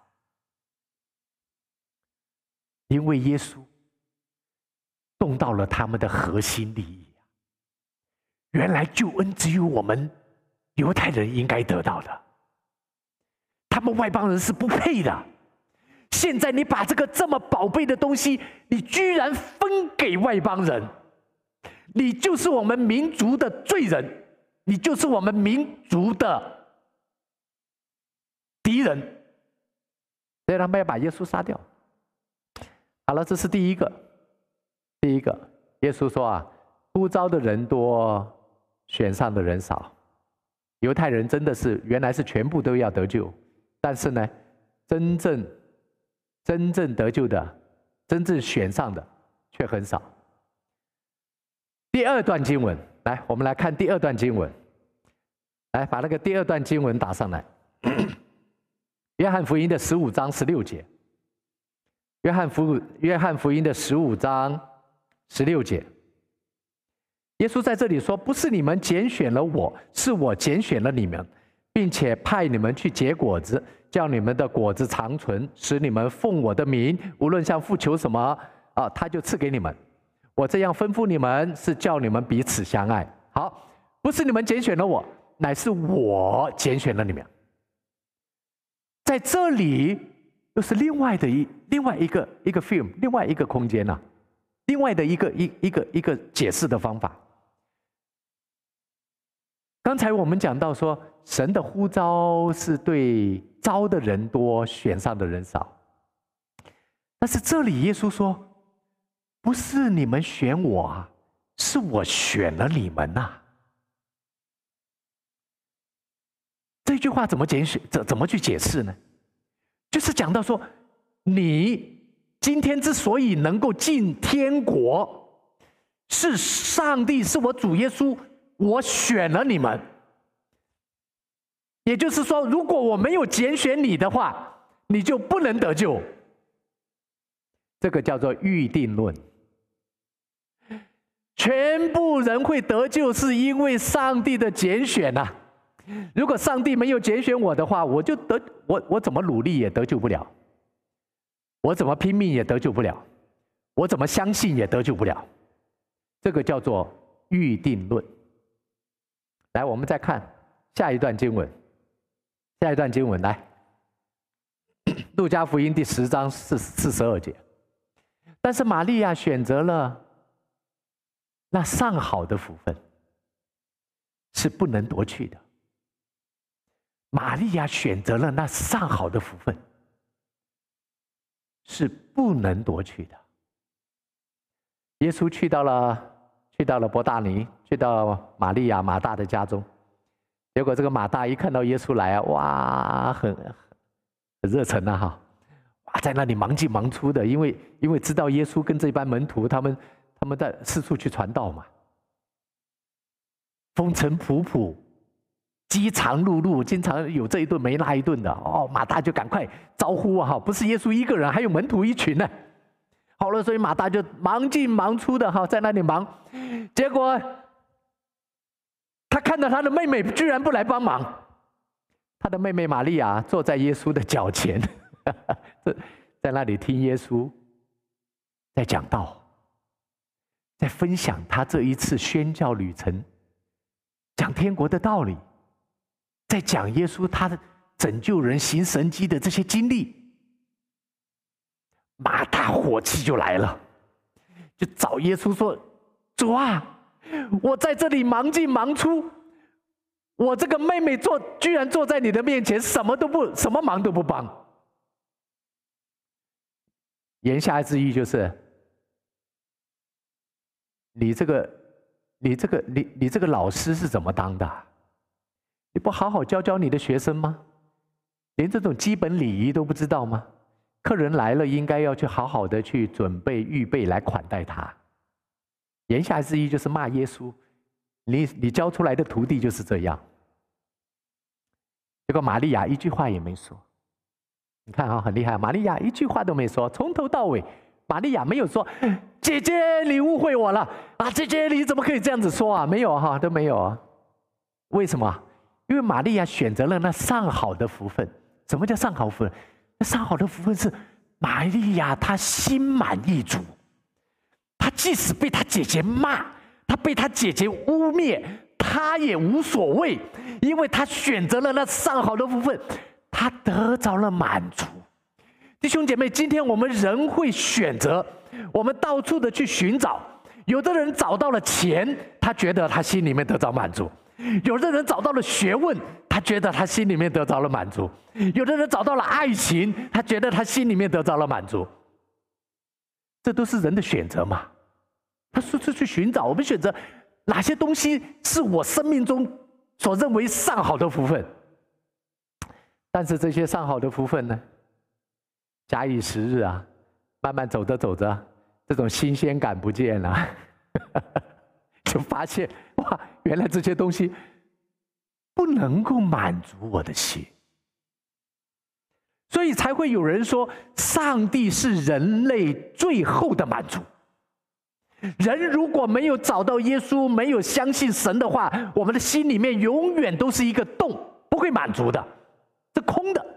因为耶稣动到了他们的核心利益。原来救恩只有我们犹太人应该得到的，他们外邦人是不配的。现在你把这个这么宝贝的东西，你居然分给外邦人，你就是我们民族的罪人，你就是我们民族的敌人，所以他们要把耶稣杀掉。好了，这是第一个，耶稣说啊，呼召的人多，选上的人少。犹太人真的是原来是全部都要得救，但是呢，真正得救的，真正选上的却很少。第二段经文，来，我们来看第二段经文，来把那个第二段经文打上来。约翰福音的15章16节，约翰福音的15章16节，耶稣在这里说：“不是你们拣选了我，是我拣选了你们，并且派你们去结果子，叫你们的果子长存，使你们奉我的名，无论向父求什么，他就赐给你们。我这样吩咐你们，是叫你们彼此相爱。”好，不是你们拣选了我，乃是我拣选了你们。在这里又是另外一个 film， 另外一个空间另外的一个解释的方法。刚才我们讲到说，神的呼召是对招的人多，选上的人少。但是这里耶稣说，不是你们选我，是我选了你们呐。 这句话怎么去解释呢？就是讲到说，你今天之所以能够进天国，是上帝，是我主耶稣，我选了你们。也就是说，如果我没有拣选你的话，你就不能得救。这个叫做预定论。全部人会得救，是因为上帝的拣选啊。如果上帝没有拣选我的话，我怎么努力也得救不了，我怎么拼命也得救不了，我怎么相信也得救不了。这个叫做预定论。来，我们再看下一段经文。下一段经文来，路加福音第10章42节。但是玛利亚选择了那上好的福分，是不能夺去的。玛利亚选择了那上好的福分，是不能夺去的。耶稣去到了伯大尼，去到玛利亚马大的家中。结果这个马大一看到耶稣来啊，哇，很热忱啊哈，哇，在那里忙进忙出的，因为知道耶稣跟这班门徒他们在四处去传道嘛，风尘仆仆，饥肠辘辘，经常有这一顿没那一顿的哦。马大就赶快招呼啊哈，不是耶稣一个人，还有门徒一群呢。好了，所以马大就忙进忙出的哈，在那里忙，结果他看到他的妹妹居然不来帮忙，他的妹妹玛利亚坐在耶稣的脚前，在那里听耶稣在讲道，在分享他这一次宣教旅程，讲天国的道理，在讲耶稣他的拯救人、行神迹的这些经历。马大火气就来了，就找耶稣说：“主啊，我在这里忙进忙出，我这个妹妹居然坐在你的面前，什么忙都不帮。”言下之意就是，你这个老师是怎么当的？你不好好教你的学生吗？连这种基本礼仪都不知道吗？客人来了，应该要去好好的去准备预备来款待他。言下之意就是骂耶稣，你教出来的徒弟就是这样。结果玛利亚一句话也没说，你看啊，很厉害，玛利亚一句话都没说，从头到尾，玛利亚没有说姐姐你误会我了啊，姐姐你怎么可以这样子说啊？没有哈，都没有啊。为什么？因为玛利亚选择了那上好的福分。什么叫上好福分？那上好的福分是玛利亚她心满意足，她即使被她姐姐骂，她被她姐姐污蔑，她也无所谓，因为她选择了那上好的福分，她得着了满足。弟兄姐妹，今天我们人会选择，我们到处的去寻找，有的人找到了钱，他觉得他心里面得着满足；有的人找到了学问，他觉得他心里面得着了满足；有的人找到了爱情，他觉得他心里面得着了满足。这都是人的选择嘛。他说是去寻找，我们选择哪些东西是我生命中所认为上好的福分。但是这些上好的福分呢，假以时日啊，慢慢走着走着，这种新鲜感不见了，就发现哇，原来这些东西不能够满足我的心，所以才会有人说，上帝是人类最后的满足。人如果没有找到耶稣，没有相信神的话，我们的心里面永远都是一个洞，不会满足的，是空的。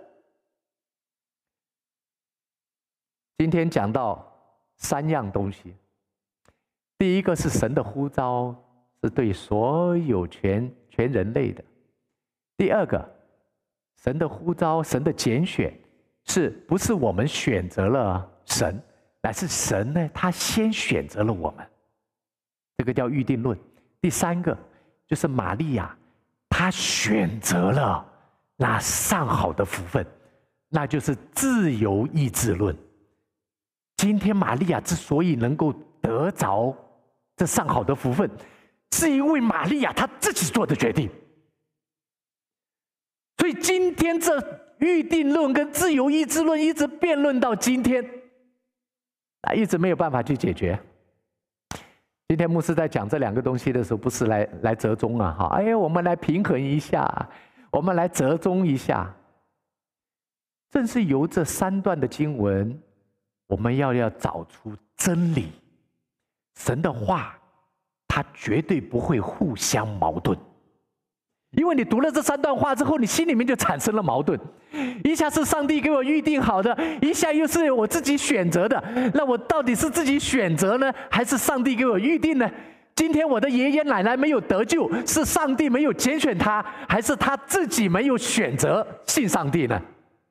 今天讲到3样东西，第一个是神的呼召，是对所有全人类的；第二个，神的呼召，神的拣选，是不是我们选择了神，乃是神呢？他先选择了我们，这个叫预定论。第三个就是玛利亚，她选择了那上好的福分，那就是自由意志论。今天玛利亚之所以能够得着这上好的福分，是因为玛利亚她自己做的决定。 所以今天这预定论跟自由意志论一直辩论到今天，一直没有办法去解决。今天牧师在讲这两个东西的时候，不是来折中啊，哈，哎呀，我们来平衡一下，我们来折中一下。正是由这3段的经文，我们要找出真理。神的话，它绝对不会互相矛盾。因为你读了这3段话之后，你心里面就产生了矛盾，一下是上帝给我预定好的，一下又是我自己选择的，那我到底是自己选择呢，还是上帝给我预定呢？今天我的爷爷奶奶没有得救，是上帝没有拣选他，还是他自己没有选择信上帝呢？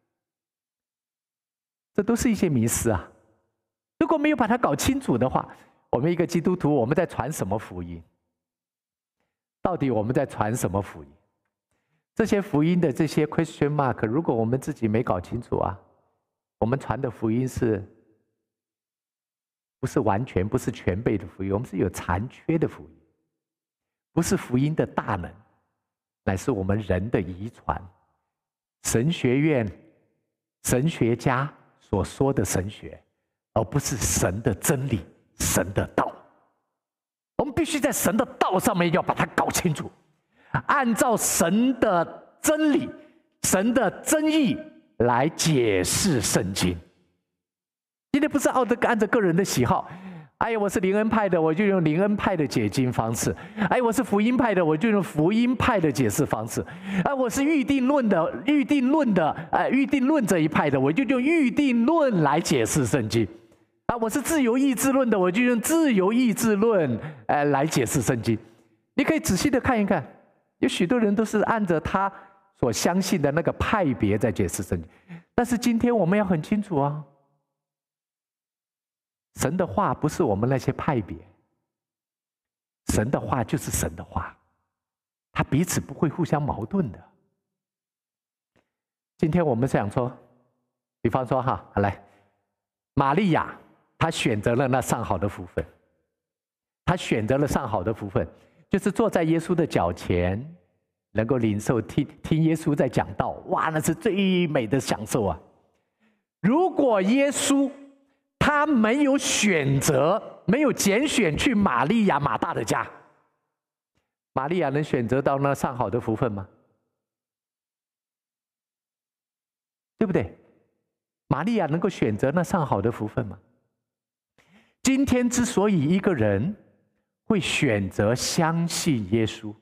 这都是一些迷思啊！如果没有把它搞清楚的话，我们一个基督徒，我们在传什么福音？到底我们在传什么福音？这些福音的这些 question mark， 如果我们自己没搞清楚啊，我们传的福音不是完全、不是全备的福音，我们是有残缺的福音，不是福音的大能，乃是我们人的遗传。神学院、神学家所说的神学，而不是神的真理、神的道。我们必须在神的道上面要把它搞清楚，按照神的真理、神的真意来解释圣经。今天不是按着个人的喜好，哎呀，我是灵恩派的，我就用灵恩派的解经方式；哎，我是福音派的，我就用福音派的解释方式；啊，我是预定论这一派的，我就用预定论来解释圣经。啊，我是自由意志论的，我就用自由意志论来解释圣经。你可以仔细的看一看，有许多人都是按着他所相信的那个派别在解释圣经。但是今天我们要很清楚啊，神的话不是我们那些派别，神的话就是神的话，它彼此不会互相矛盾的。今天我们想说，比方说哈，来，玛利亚。他选择了那上好的福分，他选择了上好的福分，就是坐在耶稣的脚前，能够领受听耶稣在讲道，哇，那是最美的享受啊！如果耶稣他没有选择，没有拣选去玛利亚马大的家，玛利亚能选择到那上好的福分吗？对不对？玛利亚能够选择那上好的福分吗？今天之所以一个人会选择相信耶稣，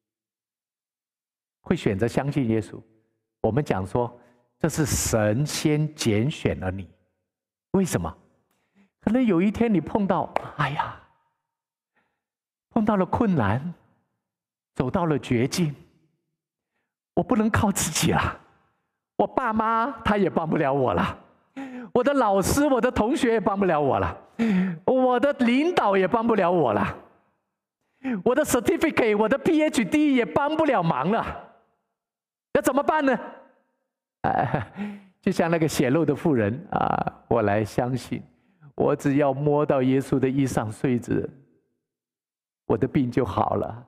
会选择相信耶稣，我们讲说这是神先拣选了你。为什么？可能有一天你碰到，哎呀，碰到了困难，走到了绝境，我不能靠自己了，我爸妈他也帮不了我了，我的老师、我的同学也帮不了我了，我的领导也帮不了我了，我的 certificate、我的 PhD 也帮不了忙了，那怎么办呢？就像那个血肉的妇人啊，我来相信，我只要摸到耶稣的衣裳穗子，我的病就好了。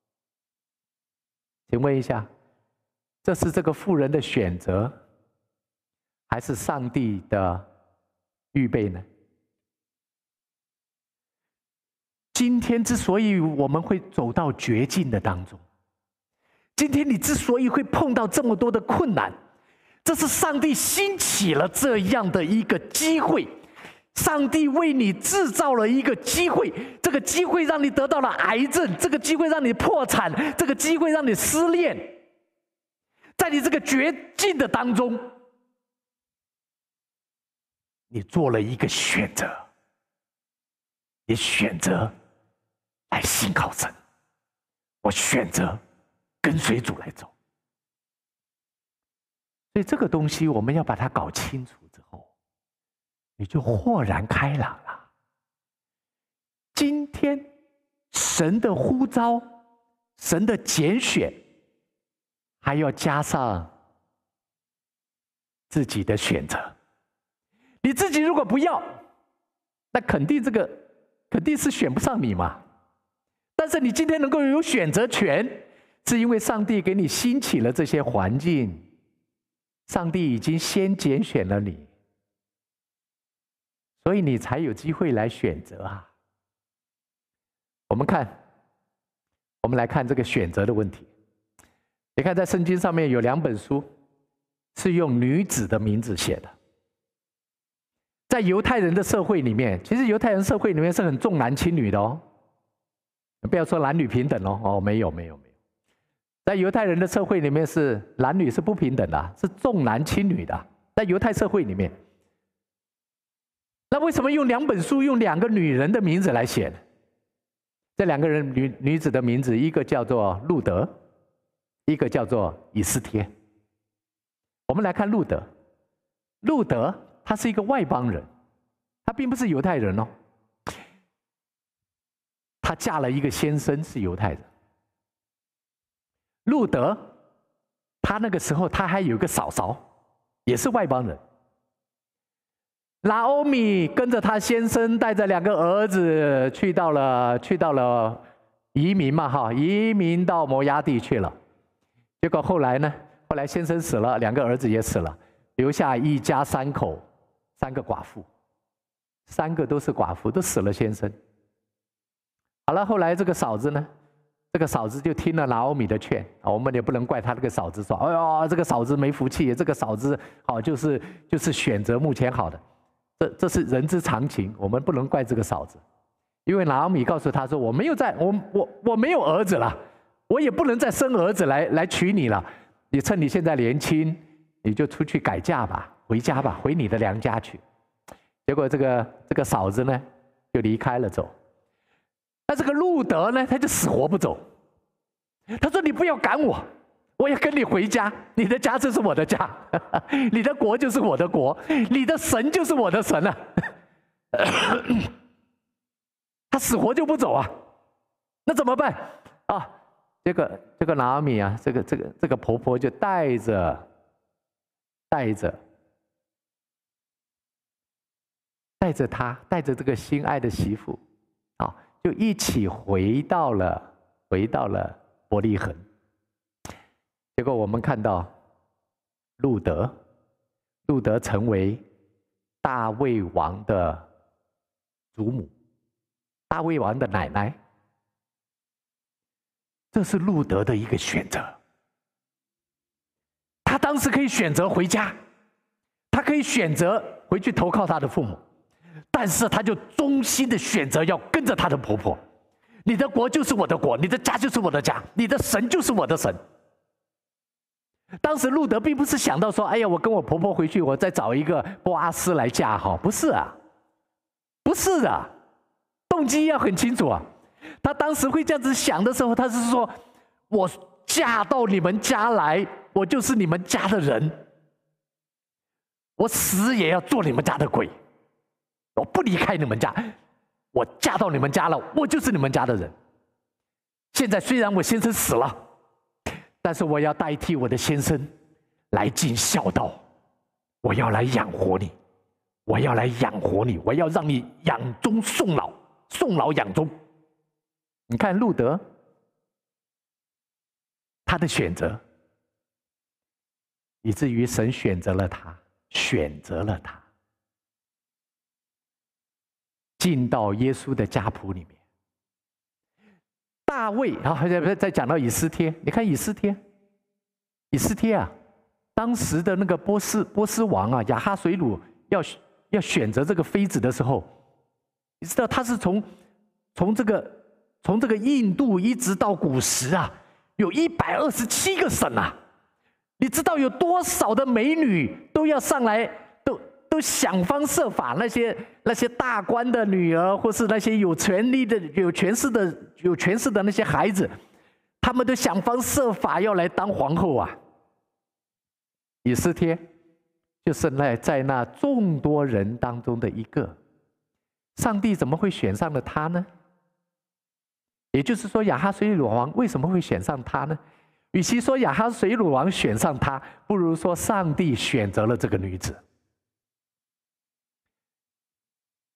请问一下，这是这个妇人的选择，还是上帝的预备呢？今天之所以我们会走到绝境的当中，今天你之所以会碰到这么多的困难，这是上帝兴起了这样的一个机会，上帝为你制造了一个机会，这个机会让你得到了癌症，这个机会让你破产，这个机会让你失恋。在你这个绝境的当中，你做了一个选择，你选择来信靠神，我选择跟随主来走。所以这个东西我们要把它搞清楚之后，你就豁然开朗了。今天神的呼召，神的拣选，还要加上自己的选择。你自己如果不要，那肯定是选不上你嘛。但是你今天能够有选择权， 是因为上帝给你兴起了这些环境，上帝已经先拣选了你，所以你才有机会来选择啊。我们来看这个选择的问题。你看，在圣经上面有2本书是用女子的名字写的。在犹太人的社会里面，其实犹太人社会里面是很重男轻女的哦。不要说男女平等哦，没有。在犹太人的社会里面是男女是不平等的，是重男轻女的。在犹太社会里面，那为什么用2本书用2个女人的名字来写呢？这2个人女子的名字，一个叫做路德，一个叫做以斯帖。我们来看路德。路德他是一个外邦人，他并不是犹太人哦。他嫁了一个先生是犹太人。路德他那个时候他还有个嫂嫂，也是外邦人。拿欧米跟着他先生带着2个儿子去到了移民嘛哈，移民到摩押地去了。结果后来呢？后来先生死了，2个儿子也死了，留下一家3口，3个寡妇，3个都是寡妇，都死了先生。好了，后来这个嫂子呢？这个嫂子就听了拿欧米的劝啊，我们也不能怪他这个嫂子说，哎呦，这个嫂子没福气，这个嫂子好就是选择目前好的。这是人之常情，我们不能怪这个嫂子，因为拿欧米告诉他说：“我没有儿子了，我也不能再生儿子来娶你了。你趁你现在年轻，你就出去改嫁吧，回家吧，回你的娘家去。”结果这个嫂子呢，就离开了走。那这个路德呢，他就死活不走。他说：“你不要赶我。我要跟你回家，你的家就是我的家，你的国就是我的国，你的神就是我的神啊！”他死活就不走啊，那怎么办啊？这个拿俄米啊，这个婆婆就带着这个心爱的媳妇啊，就一起回到了伯利恒。结果我们看到路德成为大卫王的祖母，大卫王的奶奶。这是路德的一个选择。他当时可以选择回家，他可以选择回去投靠他的父母，但是他就忠心的选择要跟着他的婆婆。你的国就是我的国，你的家就是我的家，你的神就是我的神。当时路德并不是想到说，哎呀，我跟我婆婆回去，我再找一个波阿斯来嫁好，不是啊，不是的，动机要很清楚啊。他当时会这样子想的时候，他是说，我嫁到你们家来，我就是你们家的人，我死也要做你们家的鬼，我不离开你们家，我嫁到你们家了，我就是你们家的人。现在虽然我先生死了，但是我要代替我的先生来尽孝道，我要来养活你，我要来养活你，我要让你养中送老，送老养中。你看路德他的选择，以至于神选择了他，进到耶稣的家谱里面。大卫，然后再讲到以斯帖，你看以斯帖啊，当时的那个波斯王啊，亚哈水鲁要选择这个妃子的时候，你知道他是从这个印度一直到古时啊，有127个省啊，你知道有多少的美女都要上来，都想方设法，那些大官的女儿，或是那些有权力的、有权势的那些孩子，他们都想方设法要来当皇后啊。以斯帖就是在那众多人当中的一个，上帝怎么会选上了他呢？也就是说，亚哈水鲁王为什么会选上他呢？与其说亚哈水鲁王选上他，不如说上帝选择了这个女子。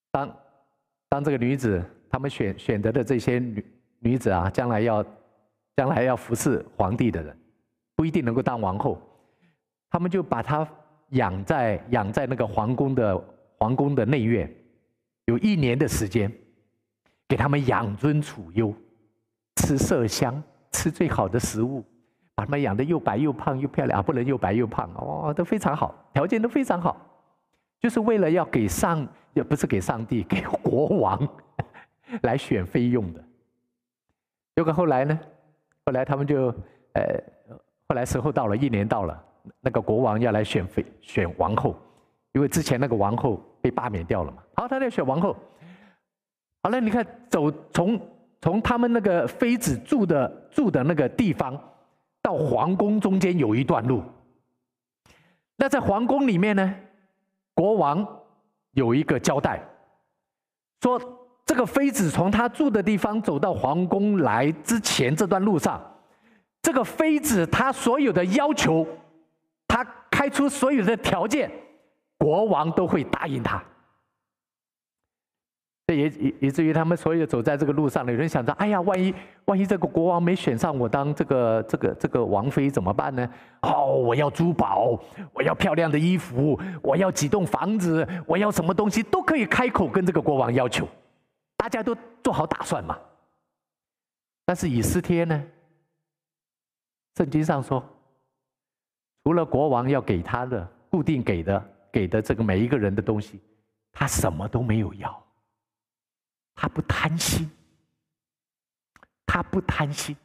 当这个女子，他们选择的这些女子啊，将来将来要服侍皇帝的人，不一定能够当王后，他们就把她养在那个皇宫的内院，有1年的时间，给他们养尊处优，吃麝香，吃最好的食物，把他们养得又白又胖又漂亮，不能又白又胖哦，都非常好，条件都非常好，就是为了要也不是给上帝，给国王来选妃用的。结果后来呢？后来他们就后来时候到了，1年到了，那个国王要来选王后，因为之前那个王后被罢免掉了嘛。好，他要选王后。好了，你看从他们那个妃子住的那个地方到皇宫中间有一段路。那在皇宫里面呢，国王有一个交代，说这个妃子从她住的地方走到皇宫来之前这段路上，这个妃子她所有的要求，她开出所有的条件，国王都会答应她。这以至于他们所有走在这个路上的有人想着，哎呀，万一这个国王没选上我当这个王妃怎么办呢？哦，我要珠宝，我要漂亮的衣服，我要几栋房子，我要什么东西都可以开口跟这个国王要求，大家都做好打算嘛。但是以斯帖呢，圣经上说，除了国王要给他的固定给的这个每一个人的东西，他什么都没有要。他不贪心，他不贪心。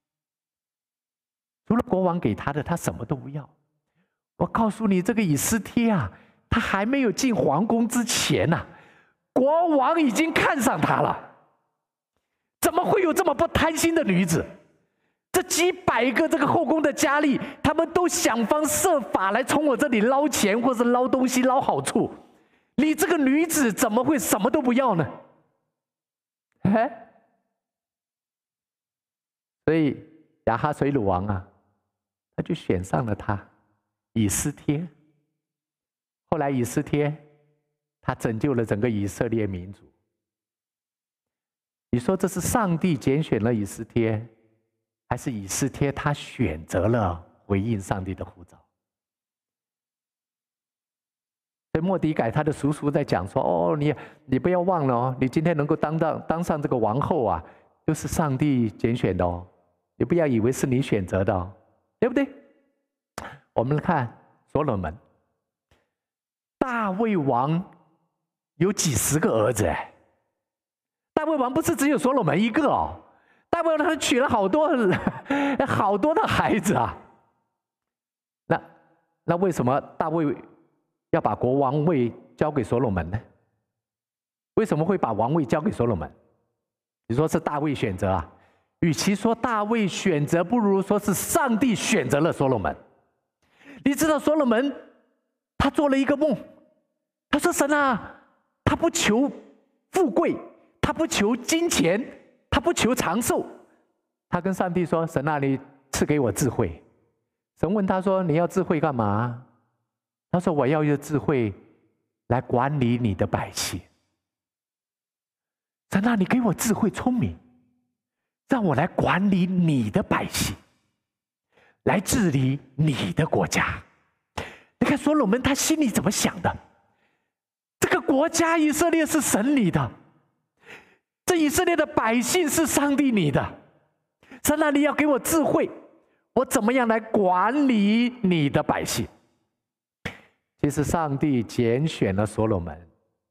除了国王给他的，他什么都不要。我告诉你，这个以斯帖啊，他还没有进皇宫之前啊，国王已经看上他了。怎么会有这么不贪心的女子？这几百个这个后宫的佳丽，他们都想方设法来从我这里捞钱，或是捞东西、捞好处。你这个女子怎么会什么都不要呢？所以亚哈随鲁王啊，他就选上了他以斯帖。后来以斯帖他拯救了整个以色列民族。你说这是上帝拣选了以斯帖，还是以斯帖他选择了回应上帝的呼召？所以末底改他的叔叔在讲说：“哦，你不要忘了哦，你今天能够当上这个王后啊，就是上帝拣选的哦，你不要以为是你选择的哦，对不对？”我们看所罗门，大卫王有几十个儿子哎，大卫王不是只有所罗门一个哦，大卫王他娶了好多的孩子啊。那为什么大卫要把国王位交给所罗门呢？为什么会把王位交给所罗门？你说是大卫选择啊？与其说大卫选择，不如说是上帝选择了所罗门。你知道所罗门他做了一个梦，他说：“神啊，他不求富贵，他不求金钱，他不求长寿。”他跟上帝说：“神啊，你赐给我智慧。”神问他说：“你要智慧干嘛？”他说：“我要用智慧来管理你的百姓。神啊，你给我智慧聪明，让我来管理你的百姓，来治理你的国家。”你看所罗门他心里怎么想的？这个国家以色列是神你的，这以色列的百姓是上帝你的。神啊，你要给我智慧，我怎么样来管理你的百姓？其实上帝拣选了所罗门，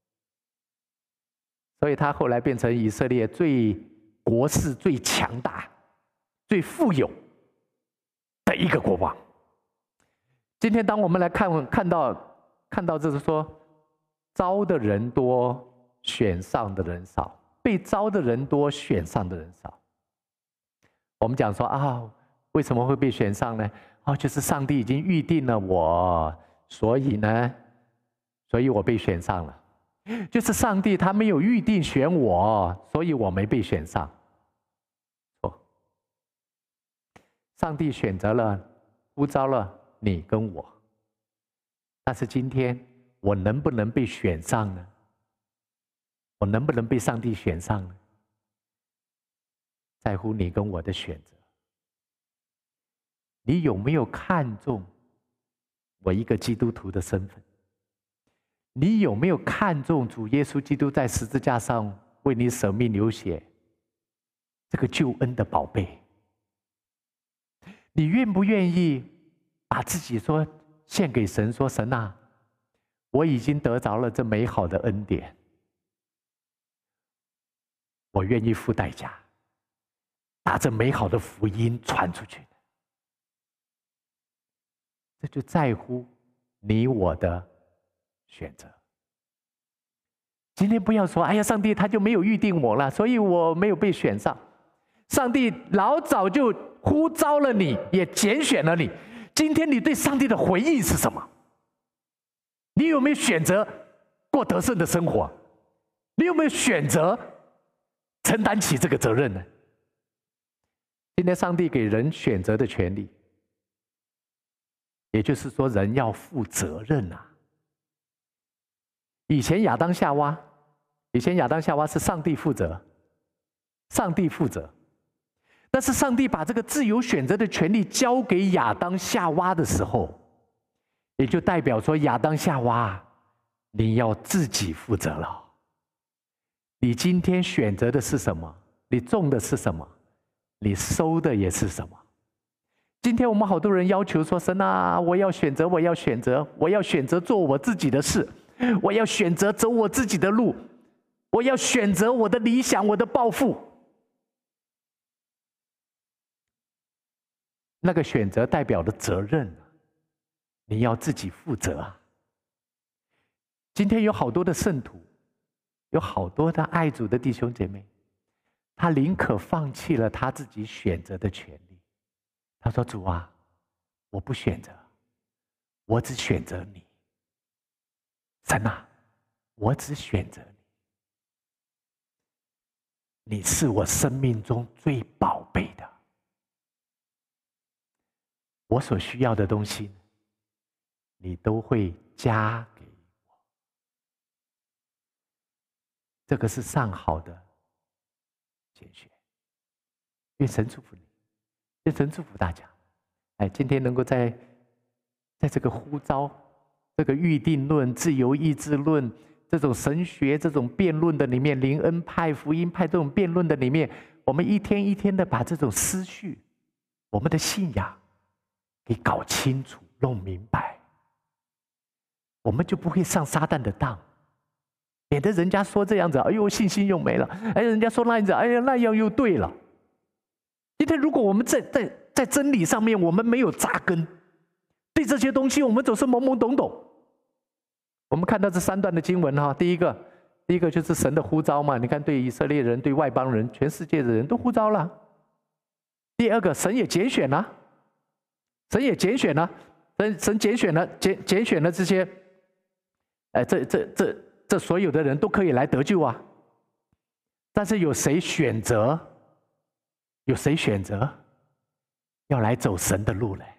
所以他后来变成以色列国势最强大、最富有的一个国王。今天当我们来看到这是说，招的人多，选上的人少；被招的人多，选上的人少。我们讲说啊，为什么会被选上呢？哦，就是上帝已经预定了我，所以我被选上了。就是上帝他没有预定选我，所以我没被选上。错，上帝选择了，呼召了你跟我。但是今天我能不能被选上呢？我能不能被上帝选上呢？在乎你跟我的选择。 你有没有看重我一个基督徒的身份？你有没有看重主耶稣基督在十字架上为你舍命流血这个救恩的宝贝？你愿不愿意把自己献给神，说神啊，我已经得着了这美好的恩典，我愿意付代价，把这美好的福音传出去。这就在乎你我的选择。今天不要说，哎呀，上帝他就没有预定我了，所以我没有被选上。上帝老早就呼召了你，也拣选了你。今天你对上帝的回应是什么？你有没有选择过得胜的生活？你有没有选择承担起这个责任呢？今天上帝给人选择的权利，也就是说人要负责任啊。以前亚当夏娃是上帝负责，但是上帝把这个自由选择的权利交给亚当夏娃的时候，也就代表说亚当夏娃，你要自己负责了。你今天选择的是什么？你种的是什么？你收的也是什么？今天我们好多人要求说，神啊，我要选择做我自己的事，我要选择走我自己的路，我要选择我的理想，我的抱负。那个选择代表的责任，你要自己负责啊。今天有好多的圣徒，有好多的爱主的弟兄姐妹，他宁可放弃了他自己选择的权利。他说，主啊，我不选择，我只选择你。神啊，我只选择你，你是我生命中最宝贝的。我所需要的东西，你都会加给我。这个是上好的拣选。愿神祝福你，愿神祝福大家。今天能够在这个呼召、这个预定论、自由意志论、这种神学、这种辩论的里面，灵恩派、福音派这种辩论的里面，我们一天一天的把这种思绪、我们的信仰给搞清楚、弄明白，我们就不会上撒旦的当，免得人家说这样子，哎呦，信心又没了；人家说那样子，哎呀，那样又对了。今天如果我们在真理上面我们没有扎根，对这些东西我们总是懵懵懂懂。我们看到这3段的经文哈，第一个就是神的呼召嘛，你看对以色列人、对外邦人、全世界的人都呼召了。第二个，神也拣选了。神拣选了这些，这所有的人都可以来得救啊。但是有谁选择要来走神的路呢？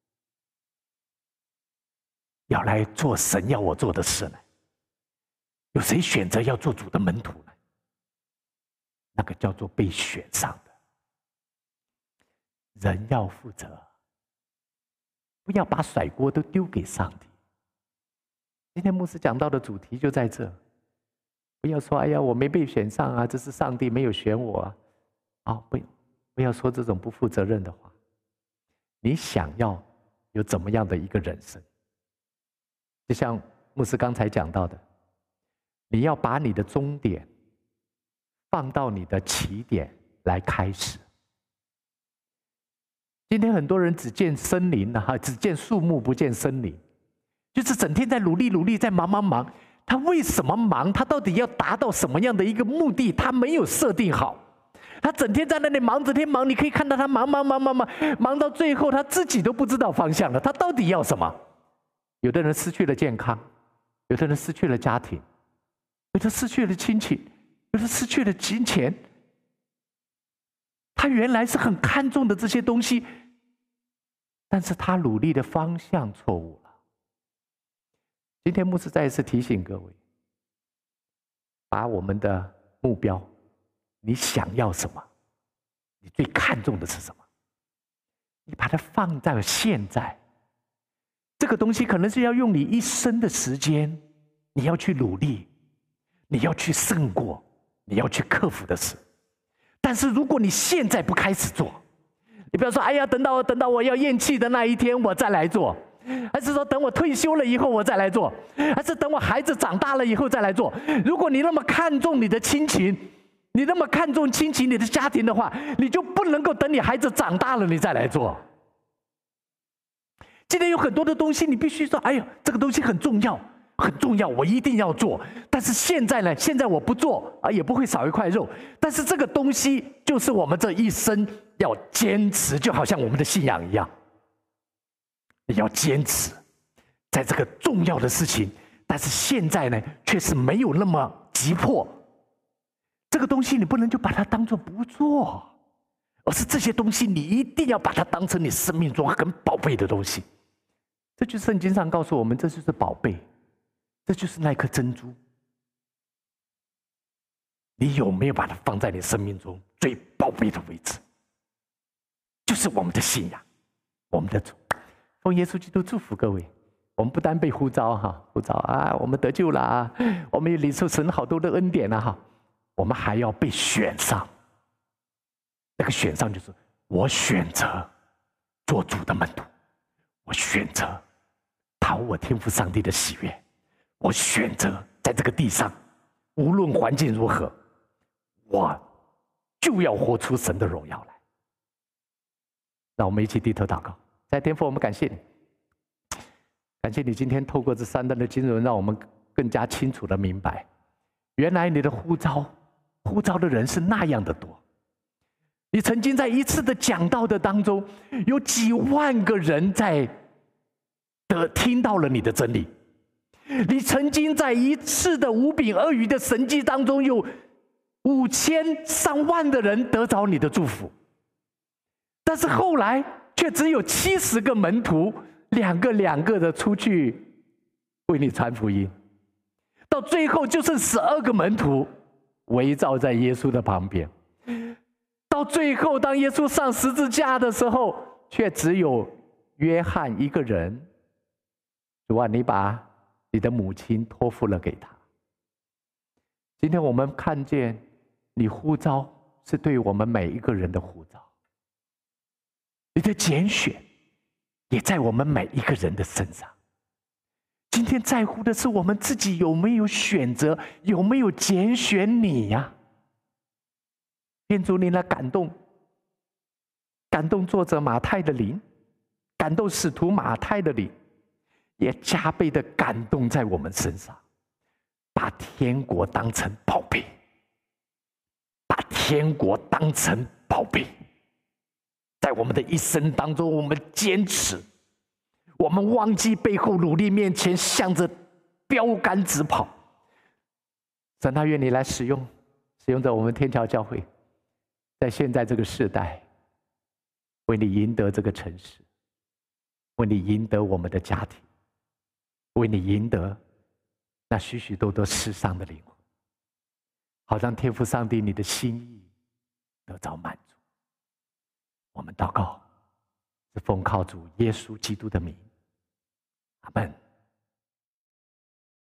要来做神要我做的事呢？有谁选择要做主的门徒呢？那个叫做被选上的人要负责。不要把甩锅都丢给上帝。今天牧师讲到的主题就在这，不要说哎呀我没被选上啊，这是上帝没有选我啊，不要说这种不负责任的话。你想要有怎么样的一个人生？就像牧师刚才讲到的，你要把你的终点放到你的起点来开始。今天很多人只见森林只见树木不见森林，就是整天在努力，在忙。他为什么忙？他到底要达到什么样的一个目的？他没有设定好。他整天在那里忙，整天忙，你可以看到他忙到最后他自己都不知道方向了。他到底要什么？有的人失去了健康，有的人失去了家庭，有的失去了亲戚，有的失去了金钱。他原来是很看重的这些东西，但是他努力的方向错误了。今天牧师再一次提醒各位，把我们的目标，你想要什么？你最看重的是什么？ 你把它放在现在。这个东西可能是要用你一生的时间，你要去努力，你要去胜过，你要去克服的事。但是如果你现在不开始做，你不要说哎呀，等到我要咽气的那一天我再来做，还是说等我退休了以后我再来做，还是等我孩子长大了以后再来做。如果你那么看重你的亲情，你那么看重亲情，你的家庭的话，你就不能够等你孩子长大了你再来做。今天有很多的东西你必须说，哎呦，这个东西很重要很重要，我一定要做。但是现在呢，现在我不做也不会少一块肉。但是这个东西就是我们这一生要坚持，就好像我们的信仰一样，你要坚持在这个重要的事情。但是现在呢，却是没有那么急迫。这个东西你不能就把它当作不做，而是这些东西你一定要把它当成你生命中很宝贝的东西。这就是圣经上告诉我们，这就是宝贝，这就是那颗珍珠。你有没有把它放在你生命中最宝贝的位置？就是我们的信仰，我们的主。奉耶稣基督祝福各位，我们不单被呼召呼召我们得救了我们也领受神好多的恩典我们还要被选上。那个选上就是我选择做主的门徒，我选择讨我天父上帝的喜悦，我选择在这个地上无论环境如何，我就要活出神的荣耀来。让我们一起低头祷告。在天父，我们感谢你，感谢你今天透过这3段的经文，让我们更加清楚的明白，原来你的呼召的人是那样的多。你曾经在一次的讲道的当中，有几万个人听到了你的真理。你曾经在一次的5饼2鱼的神迹当中，有5000上万的人得着你的祝福。但是后来却只有70个门徒两个的出去为你传福音，到最后就剩12个门徒围绕在耶稣的旁边。到最后当耶稣上十字架的时候，却只有约翰一个人。主啊，你把你的母亲托付了给他。今天我们看见你呼召是对我们每一个人的呼召，你的拣选也在我们每一个人的身上。今天在乎的是我们自己有没有选择，有没有拣选你呀？愿主你来感动作者马太的灵，感动使徒马太的灵，也加倍的感动在我们身上，把天国当成宝贝，把天国当成宝贝。在我们的一生当中，我们坚持，我们忘记背后，努力面前，向着标杆直跑。神啊，愿你来使用着我们天桥教会，在现在这个世代，为你赢得这个城市，为你赢得我们的家庭，为你赢得那许许多多世上的灵魂，好让天父上帝你的心意得着满足。我们祷告，是奉靠主耶稣基督的名，阿们。